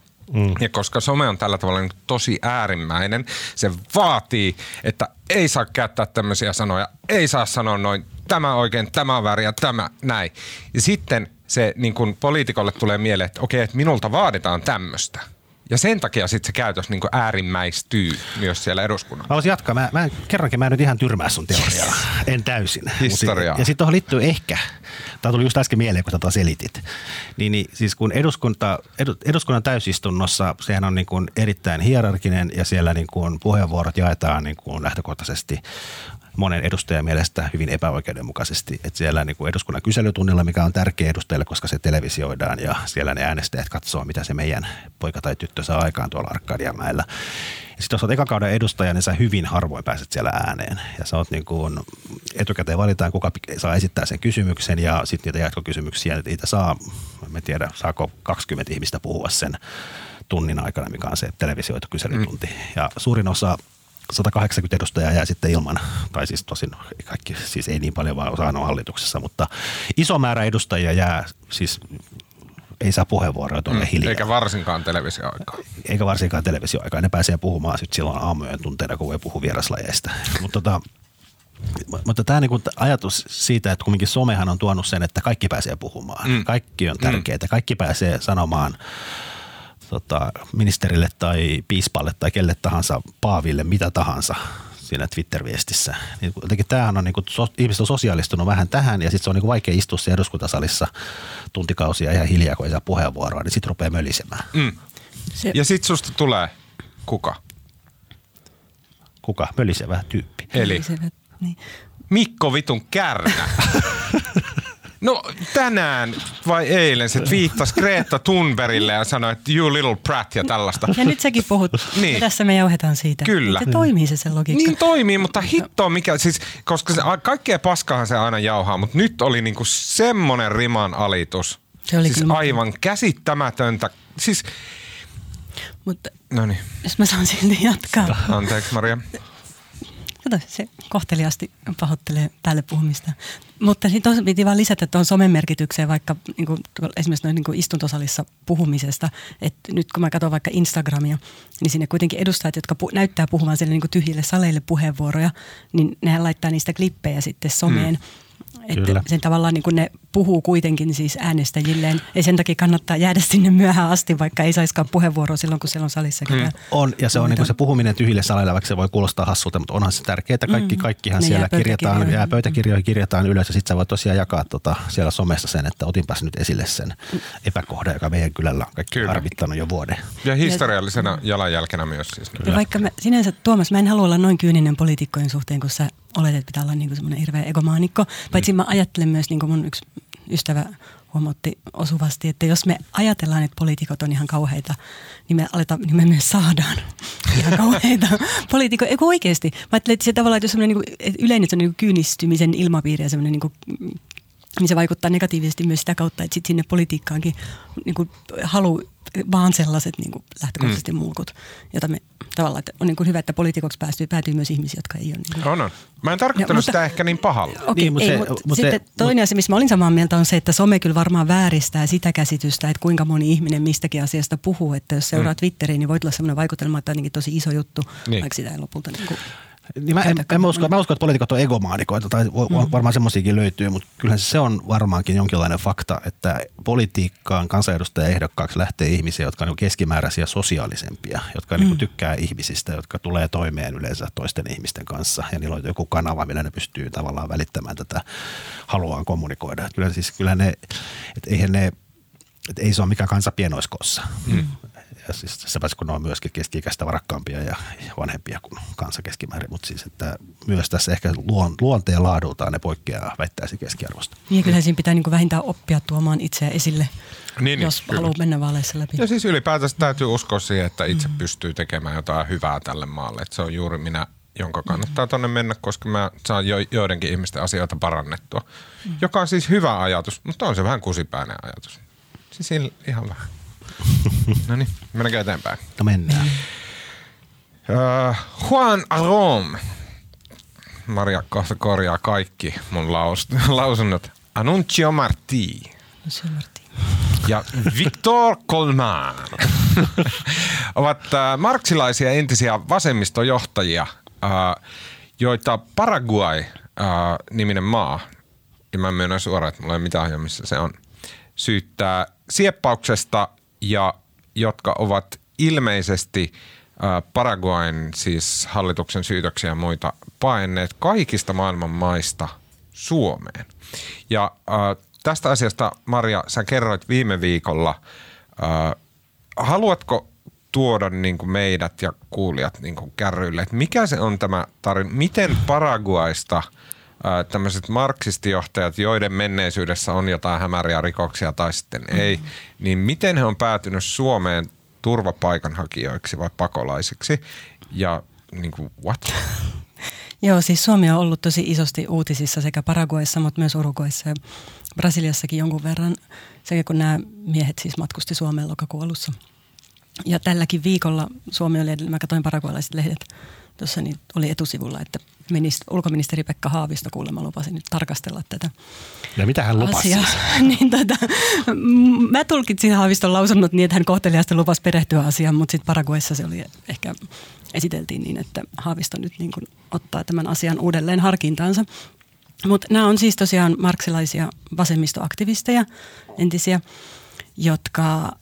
Ja koska some on tällä tavalla niin tosi äärimmäinen, se vaatii, että ei saa käyttää tämmöisiä sanoja, ei saa sanoa noin, tämä oikein, tämä on väärin ja tämä näin. Ja sitten se niin kuin poliitikolle tulee mieleen, että okei, että minulta vaaditaan tämmöistä. Ja sen takia sitten se käytös niin kuin äärimmäistyy myös siellä eduskunnassa. Mä voisin jatkaa. Mä en nyt ihan tyrmää sun teoriaa. Yes. En täysin. Historiaa. Ja sitten tuohon liittyy ehkä, tämä tuli just äsken mieleen, kun tätä selitit. Niin siis kun eduskunnan täysistunnossa, sehän on niin kuin erittäin hierarkinen ja siellä niin kuin puheenvuorot jaetaan niin kuin lähtökohtaisesti monen edustajan mielestä hyvin epäoikeudenmukaisesti. Että siellä niin kuin eduskunnan kyselytunnilla, mikä on tärkeä edustajille, koska se televisioidaan ja siellä ne äänestäjät katsoo, mitä se meidän poika tai tyttö saa aikaan tuolla Arkadianmäellä. Ja sitten jos olet ekakauden edustaja, niin sä hyvin harvoin pääset siellä ääneen. Ja sä oot niin kuin, etukäteen valitaan, kuka saa esittää sen kysymyksen ja sitten niitä jatkokysymyksiä, niitä saa, en tiedä, saako 20 ihmistä puhua sen tunnin aikana, mikä on se televisioitu kyselytunti. Ja suurin osa 180 edustajaa jää sitten ilman, tai siis tosin kaikki, siis ei niin paljon vaan osa on hallituksessa, mutta iso määrä edustajia jää, siis ei saa puheenvuoroja tuolle hiljaa. Eikä varsinkaan televisioaikaa. Eikä varsinkaan televisioaikaa. Ne pääsee puhumaan sitten silloin aamujen tunteina, kun voi puhua vieraslajeista. Mutta tämä niinku ajatus siitä, että kumminkin somehan on tuonut sen, että kaikki pääsee puhumaan. Kaikki on tärkeää. Kaikki pääsee sanomaan ministerille tai piispalle tai kelle tahansa, Paaville, mitä tahansa siinä Twitter-viestissä. Niin jotenkin tämähän on, ihmiset on sosiaalistunut vähän tähän ja sitten se on vaikea istua siellä eduskuntasalissa tuntikausia ihan hiljaa, kun ei saa puheenvuoroa, niin sitten rupeaa mölisemään. Ja sitten susta tulee kuka? Kuka? Mölisevä tyyppi. Eli niin. Mikko vitun Kärnä. No tänään vai eilen se twiittasi Greta Thunbergille ja sanoi, että you little brat ja tällaista. Ja nyt säkin puhut. Niin. Ja tässä me jauhetaan siitä. Kyllä. Se toimii se logiikka. Niin toimii, mutta hitto mikä, siis koska se, kaikkea paskahan se aina jauhaa, mutta nyt oli niinku semmonen riman alitus. Se oli siis aivan käsittämätöntä. Siis, mutta noniin. jos mä saan silti jatkaa. Anteeksi Maria. Kato, se kohteliaasti pahoittelee päälle puhumista. Mutta sitten piti vaan lisätä tuon somen merkitykseen vaikka niin kuin, esimerkiksi noin niin istuntosalissa puhumisesta. Että nyt kun mä katson vaikka Instagramia, niin sinne kuitenkin edustajat, jotka näyttää puhumaan siellä niin kuin tyhjille saleille puheenvuoroja, niin nehän laittaa niistä klippejä sitten someen. Että sen tavallaan niin kuin ne puhuu kuitenkin siis äänestäjilleen. Ei sen takia kannattaa jäädä sinne myöhään asti, vaikka ei saiskaan puheenvuoroa silloin, kun siellä on salissa. On, ja se on niin kuin se puhuminen tyhjille saleille, vaikka se voi kuulostaa hassulta, mutta onhan se tärkeää, että kaikkihan siellä kirjataan, pöytäkirjoihin kirjataan ylös, ja sitten sä voit tosiaan jakaa siellä somessa sen, että otinpas nyt esille sen epäkohdan, joka meidän kylällä on kaikki harvittanut jo vuoden. Ja historiallisena jalanjälkenä myös siis. Ja vaikka sinänsä, Tuomas, mä en halua olla noin kyyninen poliitikkojen suhteen, kun sä olet, että pitää olla niin kuin semmoinen hirveä egomaanikko. Paitsi mä ajattelen myös, niin kuin mun yksi ystävä huomautti osuvasti, että jos me ajatellaan, että poliitikot on ihan kauheita, niin me myös saadaan ihan kauheita poliitikkoja. Eikö oikeasti? Mä ajattelin, että se tavallaan, että jos semmoinen niin yleinen niin kyynistymisen ilmapiiri ja semmoinen niin se vaikuttaa negatiivisesti myös sitä kautta, että sit sinne politiikkaankin niin halu vaan sellaiset niin lähtökohtaisesti mulkut, jota me tavallaan, että on niin hyvä, että poliitikoksi päätyy myös ihmisiä, jotka ei ole. Niin on. Mä en tarkoittanut sitä ehkä niin pahalla. Okei, mutta sitten toinen asia, missä mä olin samaa mieltä, on se, että some kyllä varmaan vääristää sitä käsitystä, että kuinka moni ihminen mistäkin asiasta puhuu. Että jos seuraa Twitteriin, niin voi tulla sellainen vaikutelma, että on jotenkin tosi iso juttu, vaikka sitä ei lopulta niin niin mä uskon, että poliitikot on egomaanikoita, tai varmaan semmoisiakin löytyy, mutta kyllähän se on varmaankin jonkinlainen fakta, että politiikkaan kansanedustajaehdokkaaksi lähtee ihmisiä, jotka on keskimääräisiä sosiaalisempia, jotka tykkää ihmisistä, jotka tulee toimeen yleensä toisten ihmisten kanssa, ja niillä on joku kanava, millä ne pystyy tavallaan välittämään tätä haluaan kommunikoida. Kyllä ne, että eihän ne, että ei se ole mikään kansa pienoiskossa. Ja siis se kun ne on myöskin keski-ikäistä varakkaampia ja vanhempia kuin kansa keskimäärin, mutta siis että myös tässä ehkä luonteen laadultaan ne poikkeaa väittäisi keskiarvosta. Niin kyllähän siinä pitää niin kuin vähintään oppia tuomaan itseä esille, jos haluaa mennä vaaleissa läpi. Ja siis ylipäätänsä täytyy uskoa siihen, että itse pystyy tekemään jotain hyvää tälle maalle. Että se on juuri minä, jonka kannattaa tonne mennä, koska mä saan joidenkin ihmisten asioita parannettua. Joka on siis hyvä ajatus, mutta on se vähän kusipäinen ajatus. Siis ihan vähän. No niin, mennäänkö eteenpäin? No mennään. Juan Arom. Maria kohta korjaa kaikki mun lausunnot. Anuncio Martí. Ja Victor Colmar ovat marksilaisia entisiä vasemmistojohtajia, joita Paraguay-niminen maa, ja mä myönnän suoraan, että mulla ei mitään ajaa, missä se on, syyttää sieppauksesta ja jotka ovat ilmeisesti Paraguayn siis hallituksen syytöksiä ja muita paenneet kaikista maailman maista Suomeen. Ja tästä asiasta, Maria, sä kerroit viime viikolla. Haluatko tuoda niin kuin meidät ja kuulijat niin kuin kärryille, että mikä se on tämä tarina, miten Paraguaysta tämmöiset marksistijohtajat, joiden menneisyydessä on jotain hämäriä rikoksia tai sitten ei, niin miten he on päätynyt Suomeen turvapaikanhakijoiksi vai pakolaisiksi ja niin kuin what? Joo, siis Suomi on ollut tosi isosti uutisissa sekä Paraguayssa, mutta myös Uruguayssa ja Brasiliassakin jonkun verran, sekä kun nämä miehet siis matkusti Suomeen lokakuun alussa. Ja tälläkin viikolla Suomi oli, mä katsoin paraguaylaiset lehdet, tuossa niin oli etusivulla, että ulkoministeri Pekka Haavisto kuulemma lupasi nyt tarkastella tätä. Ja mitä hän lupasi siis? Niin, mä tulkitsin Haaviston lausunnot niin, että hän kohteliaasti lupasi perehtyä asiaan, mutta sitten Paraguayssa se oli ehkä esiteltiin niin, että Haavisto nyt niin kuin ottaa tämän asian uudelleen harkintaansa. Mutta nämä on siis tosiaan marksilaisia vasemmistoaktivisteja, entisiä, jotka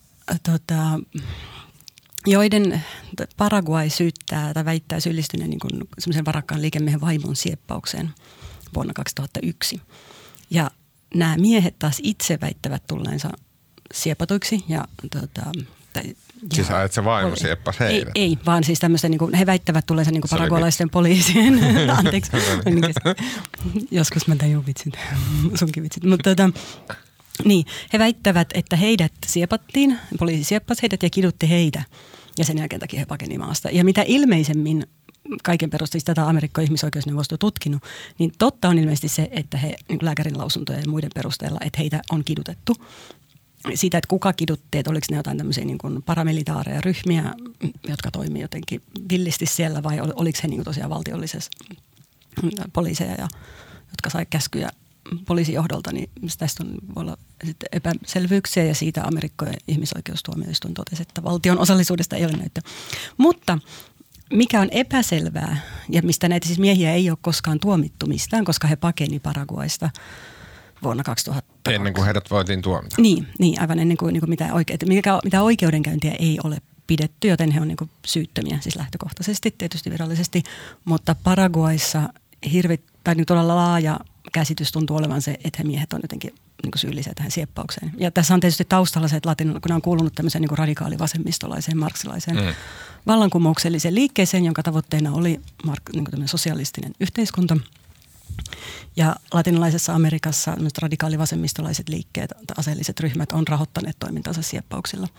joiden Paraguay syyttää tai väittää syyllistyneen niin kuin semmoisen varakkaan liikemiehen vaimon sieppaukseen vuonna 2001. Ja nämä miehet taas itse väittävät tulleensa siepatuiksi ja Siis ajat se vaimo sieppasi heidät? Ei, vaan siis tämmöistä, niin kuin, he väittävät tulleensa niin paragualaisten poliisien, anteeksi, joskus mä tajun vitsit, sunkin vitsit, mutta niin, he väittävät, että heidät siepattiin, poliisi sieppasi heidät ja kidutti heitä ja sen jälkeen takia he pakeni maasta. Ja mitä ilmeisemmin kaiken perusteella tätä Amerikkojen ihmisoikeusneuvosto tutkinut, niin totta on ilmeisesti se, että he niin lääkärin lausuntojen ja muiden perusteella, että heitä on kidutettu. Siitä, että kuka kidutti, että oliko ne jotain tämmöisiä niin kuin paramilitaareja ryhmiä, jotka toimii jotenkin villisti siellä vai oliko he niin kuin tosiaan valtiollisessa poliiseja, jotka sai käskyjä poliisijohdolta, niin tästä voi olla epäselvyyksiä ja siitä Amerikkojen ihmisoikeustuomioistuin totesi, että valtion osallisuudesta ei ole näyttöä. Mutta mikä on epäselvää ja mistä näitä siis miehiä ei ole koskaan tuomittu mistään, koska he pakeni Paraguaista vuonna 2002. Ennen kuin heidät voitiin tuomita. Niin aivan ennen kuin mitä oikeudenkäyntiä ei ole pidetty, joten he on niin kuin syyttömiä siis lähtökohtaisesti, tietysti virallisesti, mutta Paraguaissa niin todella laaja käsitys tuntuu olevan se, että he miehet on jotenkin niin kuin syyllisiä tähän sieppaukseen. Ja tässä on tietysti taustalla se, että kun ne on kuulunut tämmöiseen niin kuin radikaalivasemmistolaiseen, marksilaiseen vallankumoukselliseen liikkeeseen, jonka tavoitteena oli niin kuin sosialistinen yhteiskunta. Ja latinalaisessa Amerikassa radikaalivasemmistolaiset liikkeet, aseelliset ryhmät on rahoittaneet toimintansa sieppauksilla.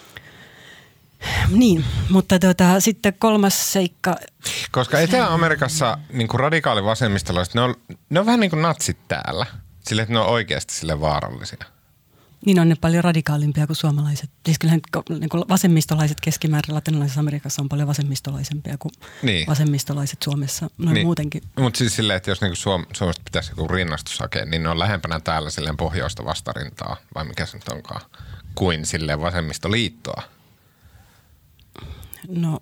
Niin, mutta sitten kolmas seikka. Koska Etelä-Amerikassa niin kuin radikaalivasemmistolaiset, ne on vähän niin kuin natsit täällä. Sille, että ne on oikeasti sille vaarallisia. Niin on ne paljon radikaalimpia kuin suomalaiset. Siis kyllähän niin kuin vasemmistolaiset keskimäärin latinalaisessa Amerikassa on paljon vasemmistolaisempia kuin vasemmistolaiset Suomessa. Noin muutenkin. Mutta siis silleen, että jos niin kuin Suomesta pitäisi joku rinnastus hakea, niin ne on lähempänä täällä silleen pohjoista vastarintaa, vai mikä se nyt onkaan, kuin silleen vasemmistoliittoa. No,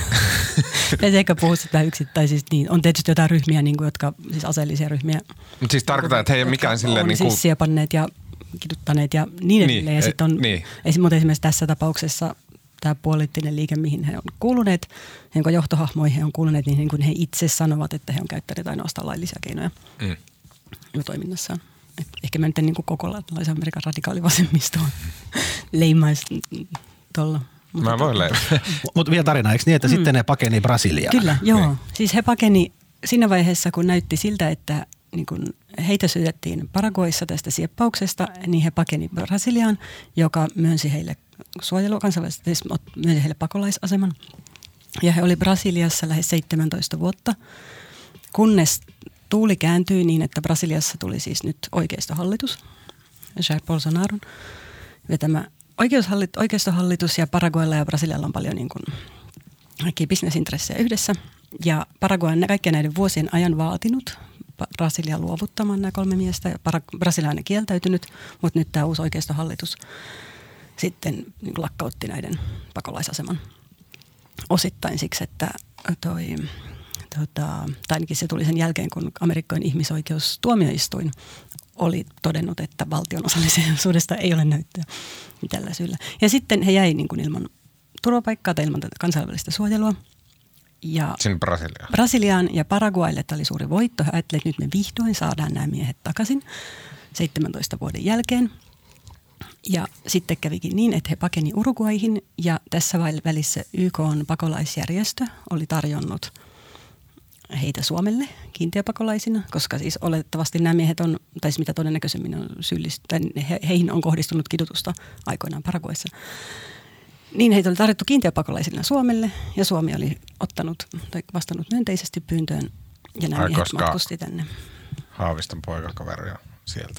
ei ehkä puhu sitä yksittäisistä, niin on tietysti jotain ryhmiä, niin kuin, jotka siis aseellisia ryhmiä. Mutta siis tarkoittaa, että he ei ole mikään silleen niin kuin siis siepanneet ja kiduttaneet ja niin edelleen. Ja sitten on esimerkiksi tässä tapauksessa tämä puoliittinen liike, mihin he on kuuluneet, jonka johtohahmoihin he on kuuluneet, niin kuin he itse sanovat, että he on käyttäneet ainoastaan laillisia keinoja toiminnassaan. Ehkä mä nyt en niin kuin koko Latinalaisen-Amerikan radikaalivasemmistoon leimaisi tuolla. Mä voin leivää. Mutta vielä tarina, eikö niin, että sitten ne pakeni Brasiliaan? Kyllä, joo. Niin. Siis he pakeni siinä vaiheessa, kun näytti siltä, että niin kun heitä syytettiin Paraguayssa tästä sieppauksesta, niin he pakeni Brasiliaan, joka myönsi heille suojelua kansainvälisesti, siis myönsi heille pakolaisaseman. Ja he oli Brasiliassa lähes 17 vuotta, kunnes tuuli kääntyi niin, että Brasiliassa tuli siis nyt oikeistohallitus, Jair Bolsonaron vetämä oikeistohallitus, ja Paraguaylla ja Brasilialla on paljon niin kuin bisnesintressejä yhdessä. Ja Paraguay on kaikkien näiden vuosien ajan vaatinut Brasilia luovuttamaan nämä 3 miestä. Ja Brasilia on kieltäytynyt, mutta nyt tämä uusi oikeistohallitus sitten niin lakkautti näiden pakolaisaseman osittain siksi, että tai ainakin se tuli sen jälkeen, kun Amerikkojen ihmisoikeustuomioistuin oli todennut, että valtion osallisuudesta ei ole näyttöä tällä syyllä. Ja sitten he jäi niin kuin ilman turvapaikkaa tai ilman tätä kansainvälistä suojelua. Ja sinne Brasiliaan ja Paraguaylle tämä oli suuri voitto. He ajattelivat, että nyt me vihdoin saadaan nämä miehet takaisin 17 vuoden jälkeen. Ja sitten kävikin niin, että he pakeni Uruguayhin ja tässä välissä YK:n pakolaisjärjestö oli tarjonnut heitä Suomelle kiintiöpakolaisina, koska siis oletettavasti nämä miehet on, tai mitä todennäköisemmin on heihin on kohdistunut kidutusta aikoinaan Paraguayssa. Niin heitä oli tarjottu kiintiöpakolaisina Suomelle, ja Suomi oli vastannut myönteisesti pyyntöön, ja nämä miehet matkusti tänne. Haaviston poikakaveri on sieltä.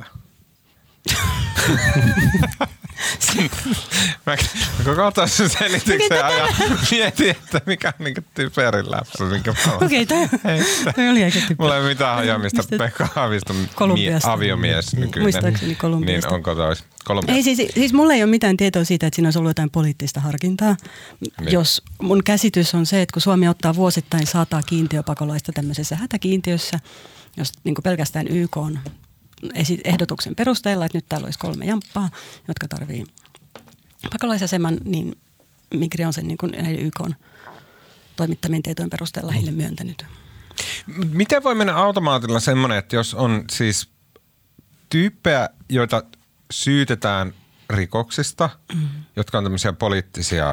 Mä koko ajan selityksen ajan mietin, että mikä on niin typerin läppä, minkä mä olen. Okei, toi oli aika typerä. Mulla ei mitään hajaa, mistä Pekka Haaviston aviomies nykyinen. Muistaakseni Kolumbiasta. Niin onko tois? Ei siis mulla ei ole mitään tietoa siitä, että siinä olisi ollut jotain poliittista harkintaa. Niin. Jos mun käsitys on se, että kun Suomi ottaa vuosittain 100 kiintiöpakolaista tämmöisessä hätäkiintiössä, jos niin kuin pelkästään YK on ehdotuksen perusteella, että nyt täällä olisi 3 jamppaa, jotka tarvii pakolaisaseman, niin Migri on sen niin kuin näiden YK:n toimittamien tietojen perusteella heille myöntänyt. Miten voi mennä automaatilla semmoinen, että jos on siis tyyppejä, joita syytetään rikoksista jotka on tämmöisiä poliittisia,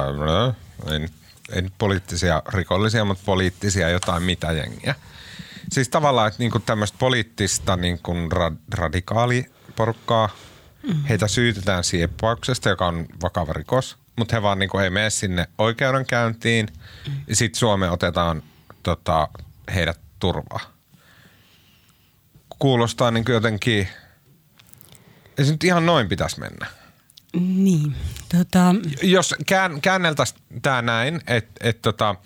ei nyt poliittisia rikollisia, mutta poliittisia jotain mitä jengiä. Siis tavallaan, että niinku tämmöistä poliittista niinku radikaaliporukkaa, heitä syytetään sieppauksesta, joka on vakava rikos, mutta he vaan niinku ei mene sinne oikeudenkäyntiin ja sitten Suomeen otetaan heidät turvaa. Kuulostaa niinku jotenkin, ei se nyt ihan noin pitäisi mennä. Niin. Jos käänneltäisiin tämä näin, että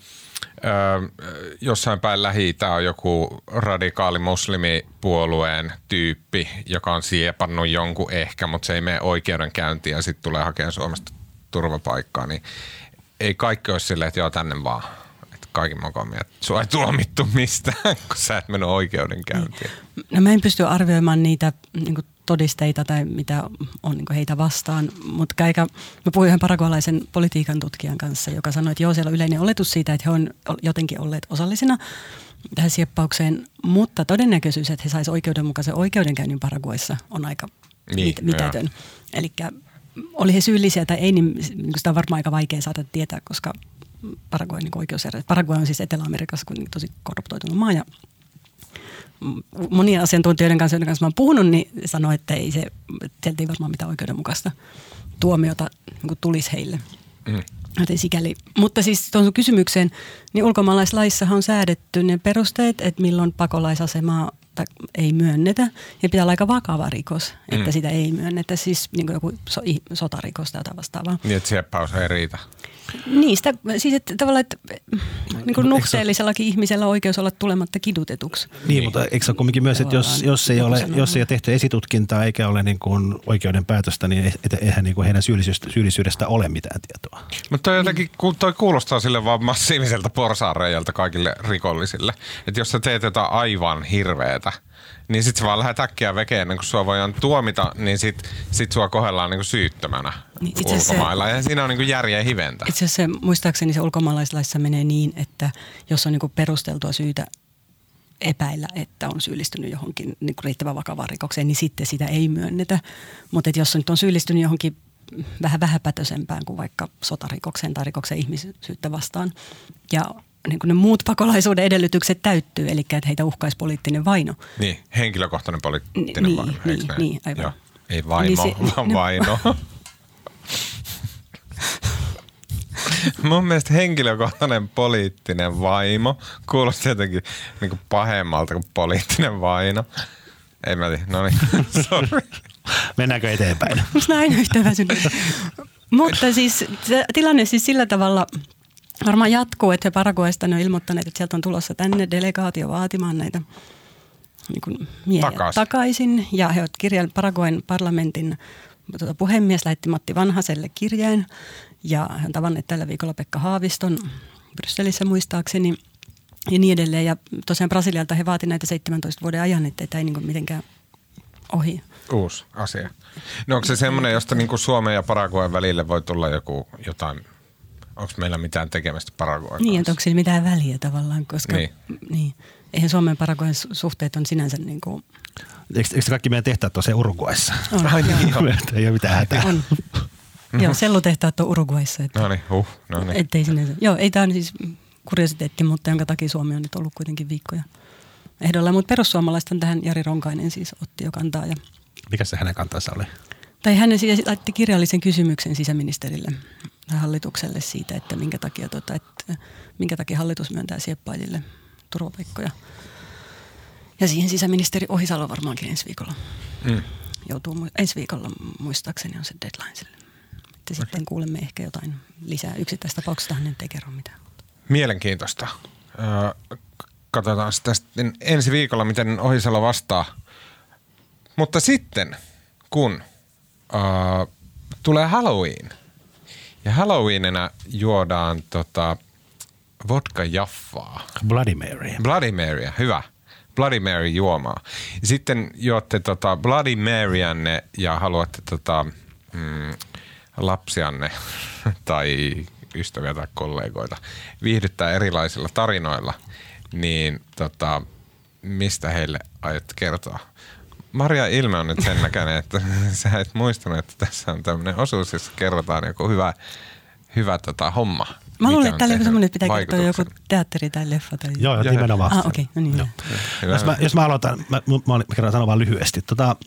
jossain päin Lähi-Itä on joku radikaali muslimipuolueen tyyppi, joka on siepannut jonkun ehkä, mutta se ei mene oikeudenkäyntiin ja sitten tulee hakemaan Suomesta turvapaikkaa, niin ei kaikki olisi silleen, että joo tänne vaan. Että kaikin mokoon että sua ei tuomittu mistään, kun sä et mennyt oikeudenkäyntiin. No mä en pysty arvioimaan niitä niin kuin todisteita tai mitä on niin kuin heitä vastaan, mutta mä puhuin yhden paragualaisen politiikan tutkijan kanssa, joka sanoi, että joo, siellä on yleinen oletus siitä, että he on jotenkin olleet osallisina tähän sieppaukseen, mutta todennäköisyys, että he saisivat oikeudenmukaisen oikeudenkäynnin Paraguayssa on aika mitätön. Eli oli he syyllisiä tai ei, niin sitä on varmaan aika vaikea saada tietää, koska Paraguay niin oikeusjärjestelmä. Paraguay on siis Etelä-Amerikassa tosi korruptoitunut maa ja monien asiantuntijoiden kanssa, joiden kanssa mä oon puhunut, niin sanoi, että sieltä ei varmaan mitään oikeudenmukaista tuomiota niin tulisi heille. Joten sikäli. Mutta siis tuon sun kysymykseen, niin ulkomaalaislaissahan on säädetty ne perusteet, että milloin pakolaisasemaa ei myönnetä. Ja pitää olla aika vakava rikos, että sitä ei myönnetä. Siis niin kuin joku sotarikos tai jotain vastaavaa. Niin, että sieppaus ei riitä. Niin, siis että tavallaan, että niin kuin nuhteellisellakin ihmisellä on oikeus olla tulematta kidutetuksi. Niin, mutta eikö se ole kumminkin myös, että jos ei ole tehty esitutkintaa eikä ole niin kuin oikeuden päätöstä, niin eihän niin kuin heidän syyllisyydestä ole mitään tietoa. Mutta toi kuulostaa sille vaan massiiviselta porsaanreiältä kaikille rikollisille. Että jos sä teet jotain aivan hirveetä, niin sit sä vaan lähdet äkkiä vekeen ennen kuin sua voidaan tuomita, niin sit sua kohdellaan niinku syyttömänä ulkomailla. Ja siinä on niinku järjen hiventä. Itse asiassa muistaakseni se ulkomaalaislaissa menee niin, että jos on niinku perusteltua syytä epäillä, että on syyllistynyt johonkin niinku riittävän vakavaan rikokseen, niin sitten sitä ei myönnetä. Mutta jos nyt on syyllistynyt johonkin vähän vähäpätöisempään kuin vaikka sotarikokseen tai rikoksen ihmisyyttä vastaan ja niin kuin ne muut pakolaisuuden edellytykset täyttyy, eli että heitä uhkaisi poliittinen vaino. Niin, henkilökohtainen poliittinen vaino. Niin, aivan. Joo. Ei vaimo, niin vaan vaino. Mun mielestä henkilökohtainen poliittinen vaimo kuulostaa jotenkin niin kuin pahemmalta kuin poliittinen vaino. Ei mä tiedä, no niin, sorry. Mennäänkö eteenpäin? Näin yhtä väsynyt. Mutta siis tilanne siis sillä tavalla varmaan jatkuu, että he Paraguaysta on ilmoittaneet, että sieltä on tulossa tänne delegaatio vaatimaan näitä niin kuin miehiä takaisin. Ja he ovat kirjeen Paraguayn parlamentin puhemies lähetti Matti Vanhaselle kirjeen. Ja hän on tavannut tällä viikolla Pekka Haaviston Brysselissä muistaakseni ja niin edelleen. Ja tosiaan Brasilialta he vaativat näitä 17 vuoden ajan, että ei niin kuin mitenkään ohi. Uusi asia. No onko se semmoinen, josta niin kuin Suomen ja Paraguayn välille voi tulla jotain, onko meillä mitään tekemistä Paraguayn kanssa? Niin, että onko sillä mitään väliä tavallaan, koska niin. Eihän Suomen ja Paraguayn suhteet on sinänsä niin kuin... Eikö kaikki meidän tehtaat ole se Uruguayssa? On, ei ole mitään hätää. On. Joo, sellutehtaat on Uruguayssa. No niin. Ettei sinänsä. Joo, ei tämä on siis kuriositeetti, mutta jonka takia Suomi on nyt ollut kuitenkin viikkoja ehdolla. Mutta perussuomalaiset tähän Jari Ronkainen siis otti jo kantaa. Ja... Mikä se hänen kantansa oli? Tai hän siis laitti kirjallisen kysymyksen sisäministerille tai hallitukselle siitä, että minkä takia hallitus myöntää sieppaajille turvapaikkoja. Ja siihen sisäministeri Ohisalo varmaankin ensi viikolla muistaakseni on se deadline sille. Että sitten kuulemme ehkä jotain lisää yksittäistä tapauksesta, hän ei kerro mitään. Mielenkiintoista. Katsotaan sitten ensi viikolla, miten Ohisalo vastaa. Mutta sitten, kun tulee Halloween ja Halloweenina juodaan vodka jaffaa. Bloody Marya, hyvä. Bloody Mary juomaa. Sitten juotte Bloody Maryanne ja haluatte lapsianne tai ystäviä tai kollegoita viihdyttää erilaisilla tarinoilla, niin mistä heille aiot kertoa? Maria ilme on nyt sen näköinen, että sä et muistanut, että tässä on tämmöinen osuus, jossa kerrotaan joku hyvä homma. Mä luulen, että täällä on semmoinen, että pitää kertoa joku teatteri tai leffa. Tai... Joo, nimenomaan. Okei, no niin. Jos mä aloitan, mä kerran sanon vaan lyhyesti.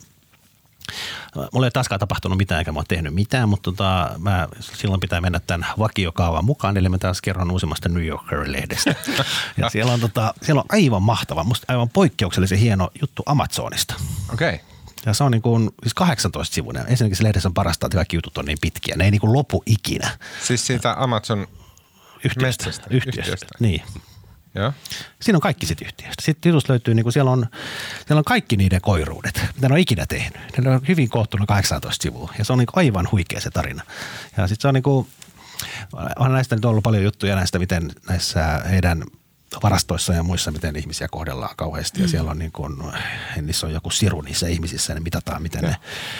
Mulla ei taaskaan tapahtunut mitään, eikä mä oon tehnyt mitään, mutta silloin pitää mennä tämän vakiokaavan mukaan, eli mä taas kerron uusimmasta New Yorker-lehdestä. Ja siellä on aivan mahtava, musta aivan poikkeuksellisen hieno juttu Amazonista. Okei. Ja se on siis 18 sivuinen. Ensinnäkin se lehdessä on parasta, että kaikki jutut on niin pitkiä. Ne ei lopu ikinä. Siis siitä Amazon yhtiöstä. Niin. Joo. Siinä on kaikki sit yhtiöstä. Sitten jutusta löytyy, siellä on kaikki niiden koiruudet, mitä ne on ikinä tehnyt. Ne on hyvin koottunut 18 sivua ja se on aivan huikea se tarina. Ja sitten se on näistä nyt ollut paljon juttuja näistä, miten näissä heidän varastoissa ja muissa, miten ihmisiä kohdellaan kauheasti. Ja siellä on niissä on joku siru niissä ihmisissä ja ne mitataan, miten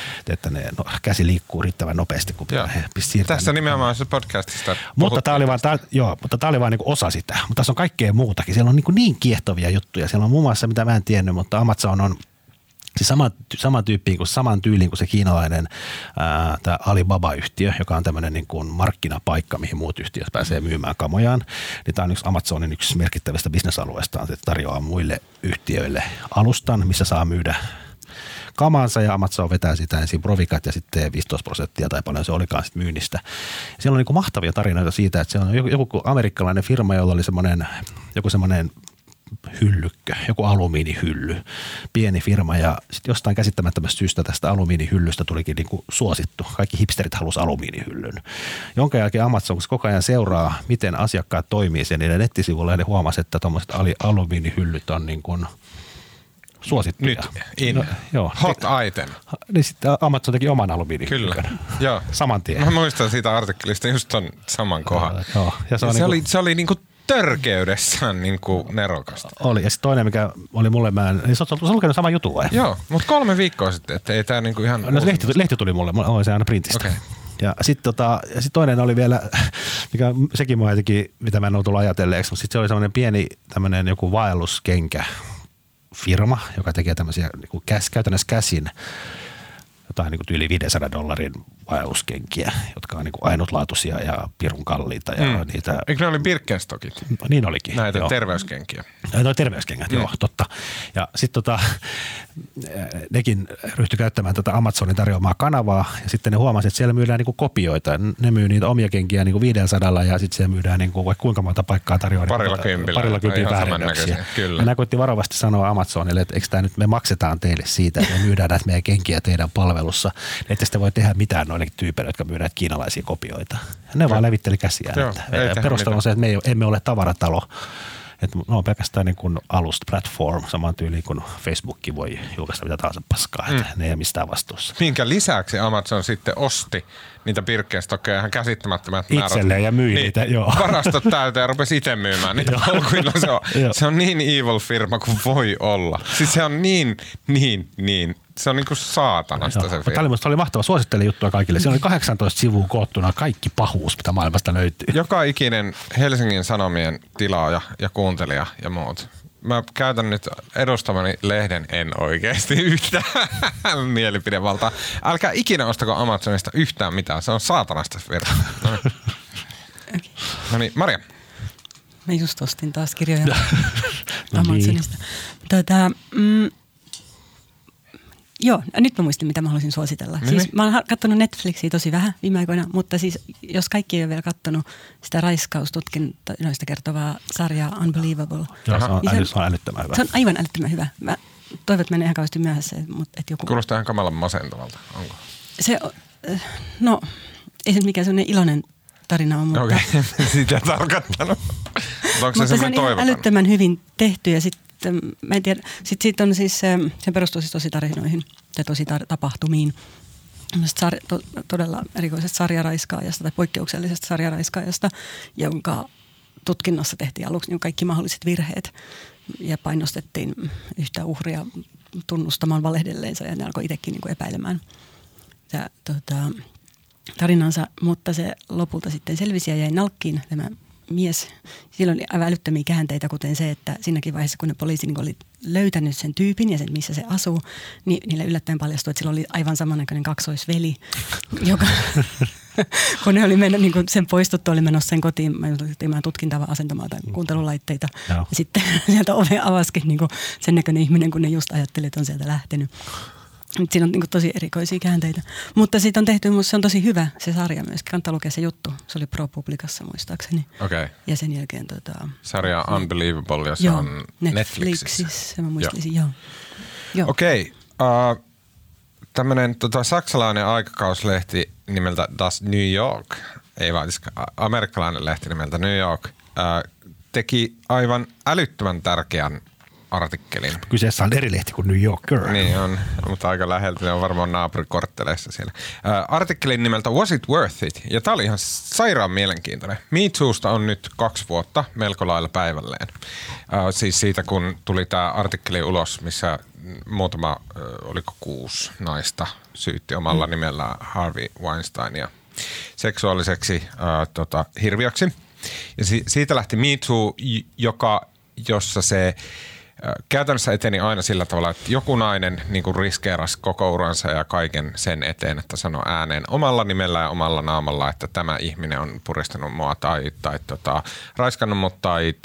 käsi liikkuu riittävän nopeasti, kun siirtää. Tässä nimenomaan se podcastista. Mutta tämä oli vain osa sitä. Mutta tässä on kaikkea muutakin. Siellä on niin kiehtovia juttuja. Siellä on muun muassa, mitä mä en tiennyt, mutta Amazon on siis saman tyyliin kuin se kiinalainen tämä Alibaba-yhtiö, joka on tämmöinen markkinapaikka, mihin muut yhtiöt pääsee myymään kamojaan. Niin tämä on Amazonin yksi merkittävistä bisnesalueista, että tarjoaa muille yhtiöille alustan, missä saa myydä kamansa ja Amazon vetää sitä ensin profikat ja sitten 15% tai paljon se olikaan sitten myynnistä. Siellä on mahtavia tarinoita siitä, että siellä on joku amerikkalainen firma, jolla oli joku semmoinen hyllykkö, joku alumiinihylly, pieni firma ja sitten jostain käsittämättömästä syystä tästä alumiinihyllystä tulikin suosittu. Kaikki hipsterit halusi alumiinihyllyn. Jonka jälkeen Amazon koko ajan seuraa, miten asiakkaat toimii sen niiden nettisivuilla ja ne huomasi, että tuommoiset alumiinihyllyt on suosittuja. Nyt hot item. Niin sitten Amazon teki oman alumiinihyllyn. Kyllä, joo. Saman tien. Mä muistan siitä artikkelista just ton saman kohdan. Joo. Ja se oli törkeydessään nerokasta. Oli. Ja sitten toinen, mikä oli mulle, se on lukenut sama jutun vai? Joo, mutta 3 viikkoa sitten, että ei tää ihan... No se lehti tuli mulle oli se aina printistä. Okay. Ja sitten toinen oli vielä, mikä sekin mua jotenkin, mitä mä en ole tullut ajatelleeksi, mutta sitten se oli semmoinen pieni tämmöinen joku vaelluskenkä firma, joka tekee tämmöisiä käytännössä käsin jotain yli $500 vaelluskenkiä, jotka on ainutlaatuisia ja pirun kalliita. Ja niitä... Eikö ne oli Birkenstockit? Niin olikin. Näitä terveyskenkiä. Terveyskengät, joo, totta. Ja sitten nekin ryhtyi käyttämään tätä Amazonin tarjoamaa kanavaa ja sitten ne huomasivat, että siellä myydään kopioita. Ne myy niitä omia kenkiä 500 ja sitten siellä myydään kuinka monta paikkaa tarjoaa. Parilla kympillä väärennöksiä. Ja nämä koitti varovasti sanoa Amazonille, että eikö tämä nyt me maksetaan teille siitä, että me myydään näitä meidän kenkiä teidän palvelussa. Että sitten voi tehdä mitään noille tyypeille, jotka myy näitä kiinalaisia kopioita. Ja ne vaan levitteli käsiään. Perustelu on se, että me emme ole tavaratalo. Että ne on pelkästään alusta, platform, saman tyyliin kuin Facebookki voi julkaista mitä tahansa paskaa, että ne ei ole mistään vastuussa. Minkä lisäksi Amazon sitten osti niitä Birkenstockeja ihan käsittämättömät määrät. Itselleen ja myi niitä, joo. Varastot täyteen ja rupesi itse myymään niitä polkuilla. Se on niin evil firma kuin voi olla. Siis se on niin. Se on saatanasta se firma. Tämä oli mahtava. Suosittelen juttua kaikille. Siinä oli 18 sivua koottuna kaikki pahuus, mitä maailmasta löytyy. Joka ikinen Helsingin Sanomien tilaaja ja kuuntelija ja muut. Mä käytän nyt edustamani lehden en oikeasti yhtään mielipidevaltaa. Älkää ikinä ostako Amazonista yhtään mitään. Se on saatanasta firma. No niin, Maria. Mä just ostin taas kirjoja Amazonista. Joo, nyt mä muistin, mitä mä haluaisin suositella. Siis mä oon katsonut Netflixiä tosi vähän viime aikoina, mutta siis jos kaikki ei ole vielä katsonut sitä raiskaustutkinnoista kertovaa sarjaa Unbelievable. Joo, se on älyttömän hyvä. Se on aivan älyttömän hyvä. Mä toivon, että mä en ihan kauheasti myöhässä. Mutta joku... Kuulostaa ihan kamalan masentavalta. Onko? Se, no, ei se mikään sellainen iloinen tarina on, mutta... Okei, sitä tarkoittanut. Mutta se on ihan älyttömän hyvin tehty ja sitten mä en tiedä, sitten on siis, se perustuu siis tositarinoihin tai tositapahtumiin. Todella erikoisesta sarjaraiskaajasta tai poikkeuksellisesta sarjaraiskaajasta, jonka tutkinnassa tehtiin aluksi kaikki mahdolliset virheet ja painostettiin yhtä uhria tunnustamaan valehdelleensa ja ne alkoi itsekin epäilemään tarinansa, mutta se lopulta sitten selvisi ja jäi nalkkiin tämä mies. Silloin oli aivan älyttömiä käänteitä, kuten se, että siinäkin vaiheessa, kun ne poliisi niin oli löytänyt sen tyypin ja sen, missä se asuu, niin niille yllättäen paljastui, että sillä oli aivan samannäköinen kaksoisveli, joka, kun ne oli mennyt, niin kun sen poistuttu, oli menossa sen kotiin, mä tutkintavaa asentamaan tai kuuntelulaitteita. Ja sitten sieltä ove avasikin niin sen näköinen ihminen, kun ne just ajatteli, että on sieltä lähtenyt. Siinä on niin tosi erikoisia käänteitä. Mutta siitä on tehty, se on tosi hyvä se sarja myös. Kannattaa lukea se juttu. Se oli ProPublicassa muistaakseni. Okei. Ja sen jälkeen sarja Unbelievable ja se on Netflixissä. Mä muistelisin, joo. Okei. Tämmönen saksalainen aikakauslehti nimeltä Das New York, ei vaan amerikkalainen lehti nimeltä New York, teki aivan älyttömän tärkeän artikkelin. Kyseessä on eri lehti kuin New Yorker. Niin on, mutta aika läheltä. Ne on varmaan naapurikortteleissa siellä. Artikkelin nimeltä Was it worth it? Ja tää oli ihan sairaan mielenkiintoinen. Me Toosta on nyt 2 vuotta melko lailla päivälleen. Siis siitä, kun tuli tää artikkeli ulos, missä muutama, oliko 6 naista syytti omalla nimellään Harvey Weinsteinia seksuaaliseksi hirviöksi. Ja siitä lähti Me Too, jossa se käytännössä eteni aina sillä tavalla, että joku nainen niin kuin riskeerasi koko uransa ja kaiken sen eteen, että sanoi ääneen omalla nimellä ja omalla naamalla, että tämä ihminen on puristanut mua tai raiskannut mut tai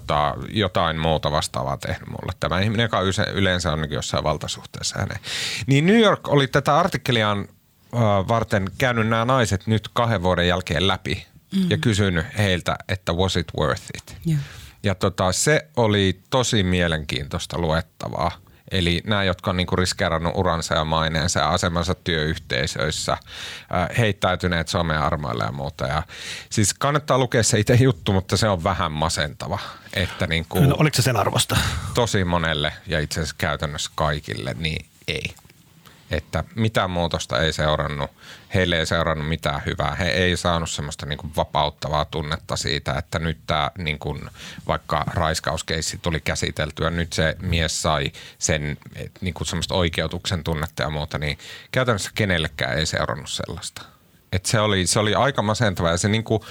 jotain muuta vastaavaa tehnyt mulle. Tämä ihminen, joka yleensä on jossain valtasuhteessa häneen. Niin New York oli tätä artikkeliaan varten käynyt nämä naiset nyt 2 vuoden jälkeen läpi ja kysynyt heiltä, että was it worth it? Yeah. Ja se oli tosi mielenkiintoista luettavaa. Eli nämä, jotka on niinku riskeerannut uransa ja maineensa ja asemansa työyhteisöissä, heittäytyneet somearmoille ja muuta. Ja siis kannattaa lukea se itse juttu, mutta se on vähän masentava. Että niinku, no, oliko se sen arvosta? Tosi monelle ja itse asiassa käytännössä kaikille, niin ei. Että mitään muutosta ei seurannut, heille ei seurannut mitään hyvää. He ei saanut semmoista niin kuin vapauttavaa tunnetta siitä, että nyt tämä niin kuin vaikka raiskauskeissi tuli käsiteltyä, nyt se mies sai sen niin kuin semmoista oikeutuksen tunnetta ja muuta, niin käytännössä kenellekään ei seurannut sellaista. Että se oli aika masentava ja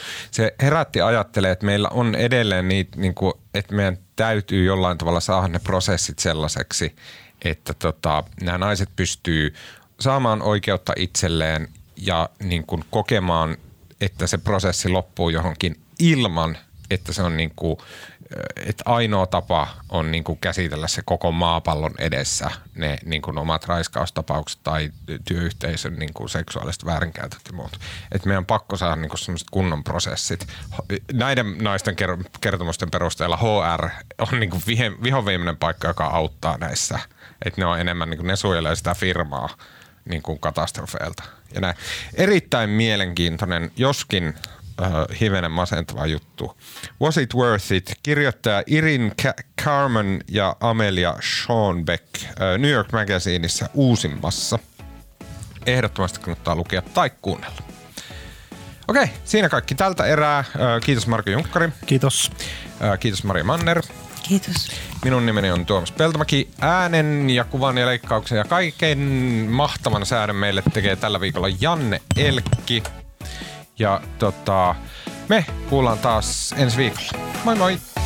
se herätti ajattelemaan, että meillä on edelleen niitä, niin kuin, että meidän täytyy jollain tavalla saada ne prosessit sellaiseksi, että nämä naiset pystyy saamaan oikeutta itselleen ja niin kuin kokemaan, että se prosessi loppuu johonkin ilman, että se on niin kuin, että ainoa tapa on niin kuin käsitellä se koko maapallon edessä ne niin kuin omat raiskaustapaukset tai työyhteisön niin kuin seksuaaliset väärinkäytöt ja muut. Että meidän on pakko saada niin kuin sellaiset kunnon prosessit. Näiden naisten kertomusten perusteella HR on niin kuin vihoviimeinen paikka, joka auttaa näissä. Että ne on enemmän, niin kuin ne suojelee sitä firmaa niin kuin katastrofeilta. Ja näin. Erittäin mielenkiintoinen, joskin hivenen masentava juttu. Was it worth it? Kirjoittaja Irin Carmen ja Amelia Schoenbeck New York Magazineissa uusimmassa. Ehdottomasti kannattaa lukea tai kuunnella. Okei, siinä kaikki tältä erää. Kiitos Marko Junkkari. Kiitos. Kiitos Maria Manner. Kiitos. Minun nimeni on Tuomas Peltomäki. Äänen ja kuvan ja leikkauksen ja kaiken mahtavan säädön meille tekee tällä viikolla Janne Elkki. Ja me kuullaan taas ensi viikolla. Moi moi!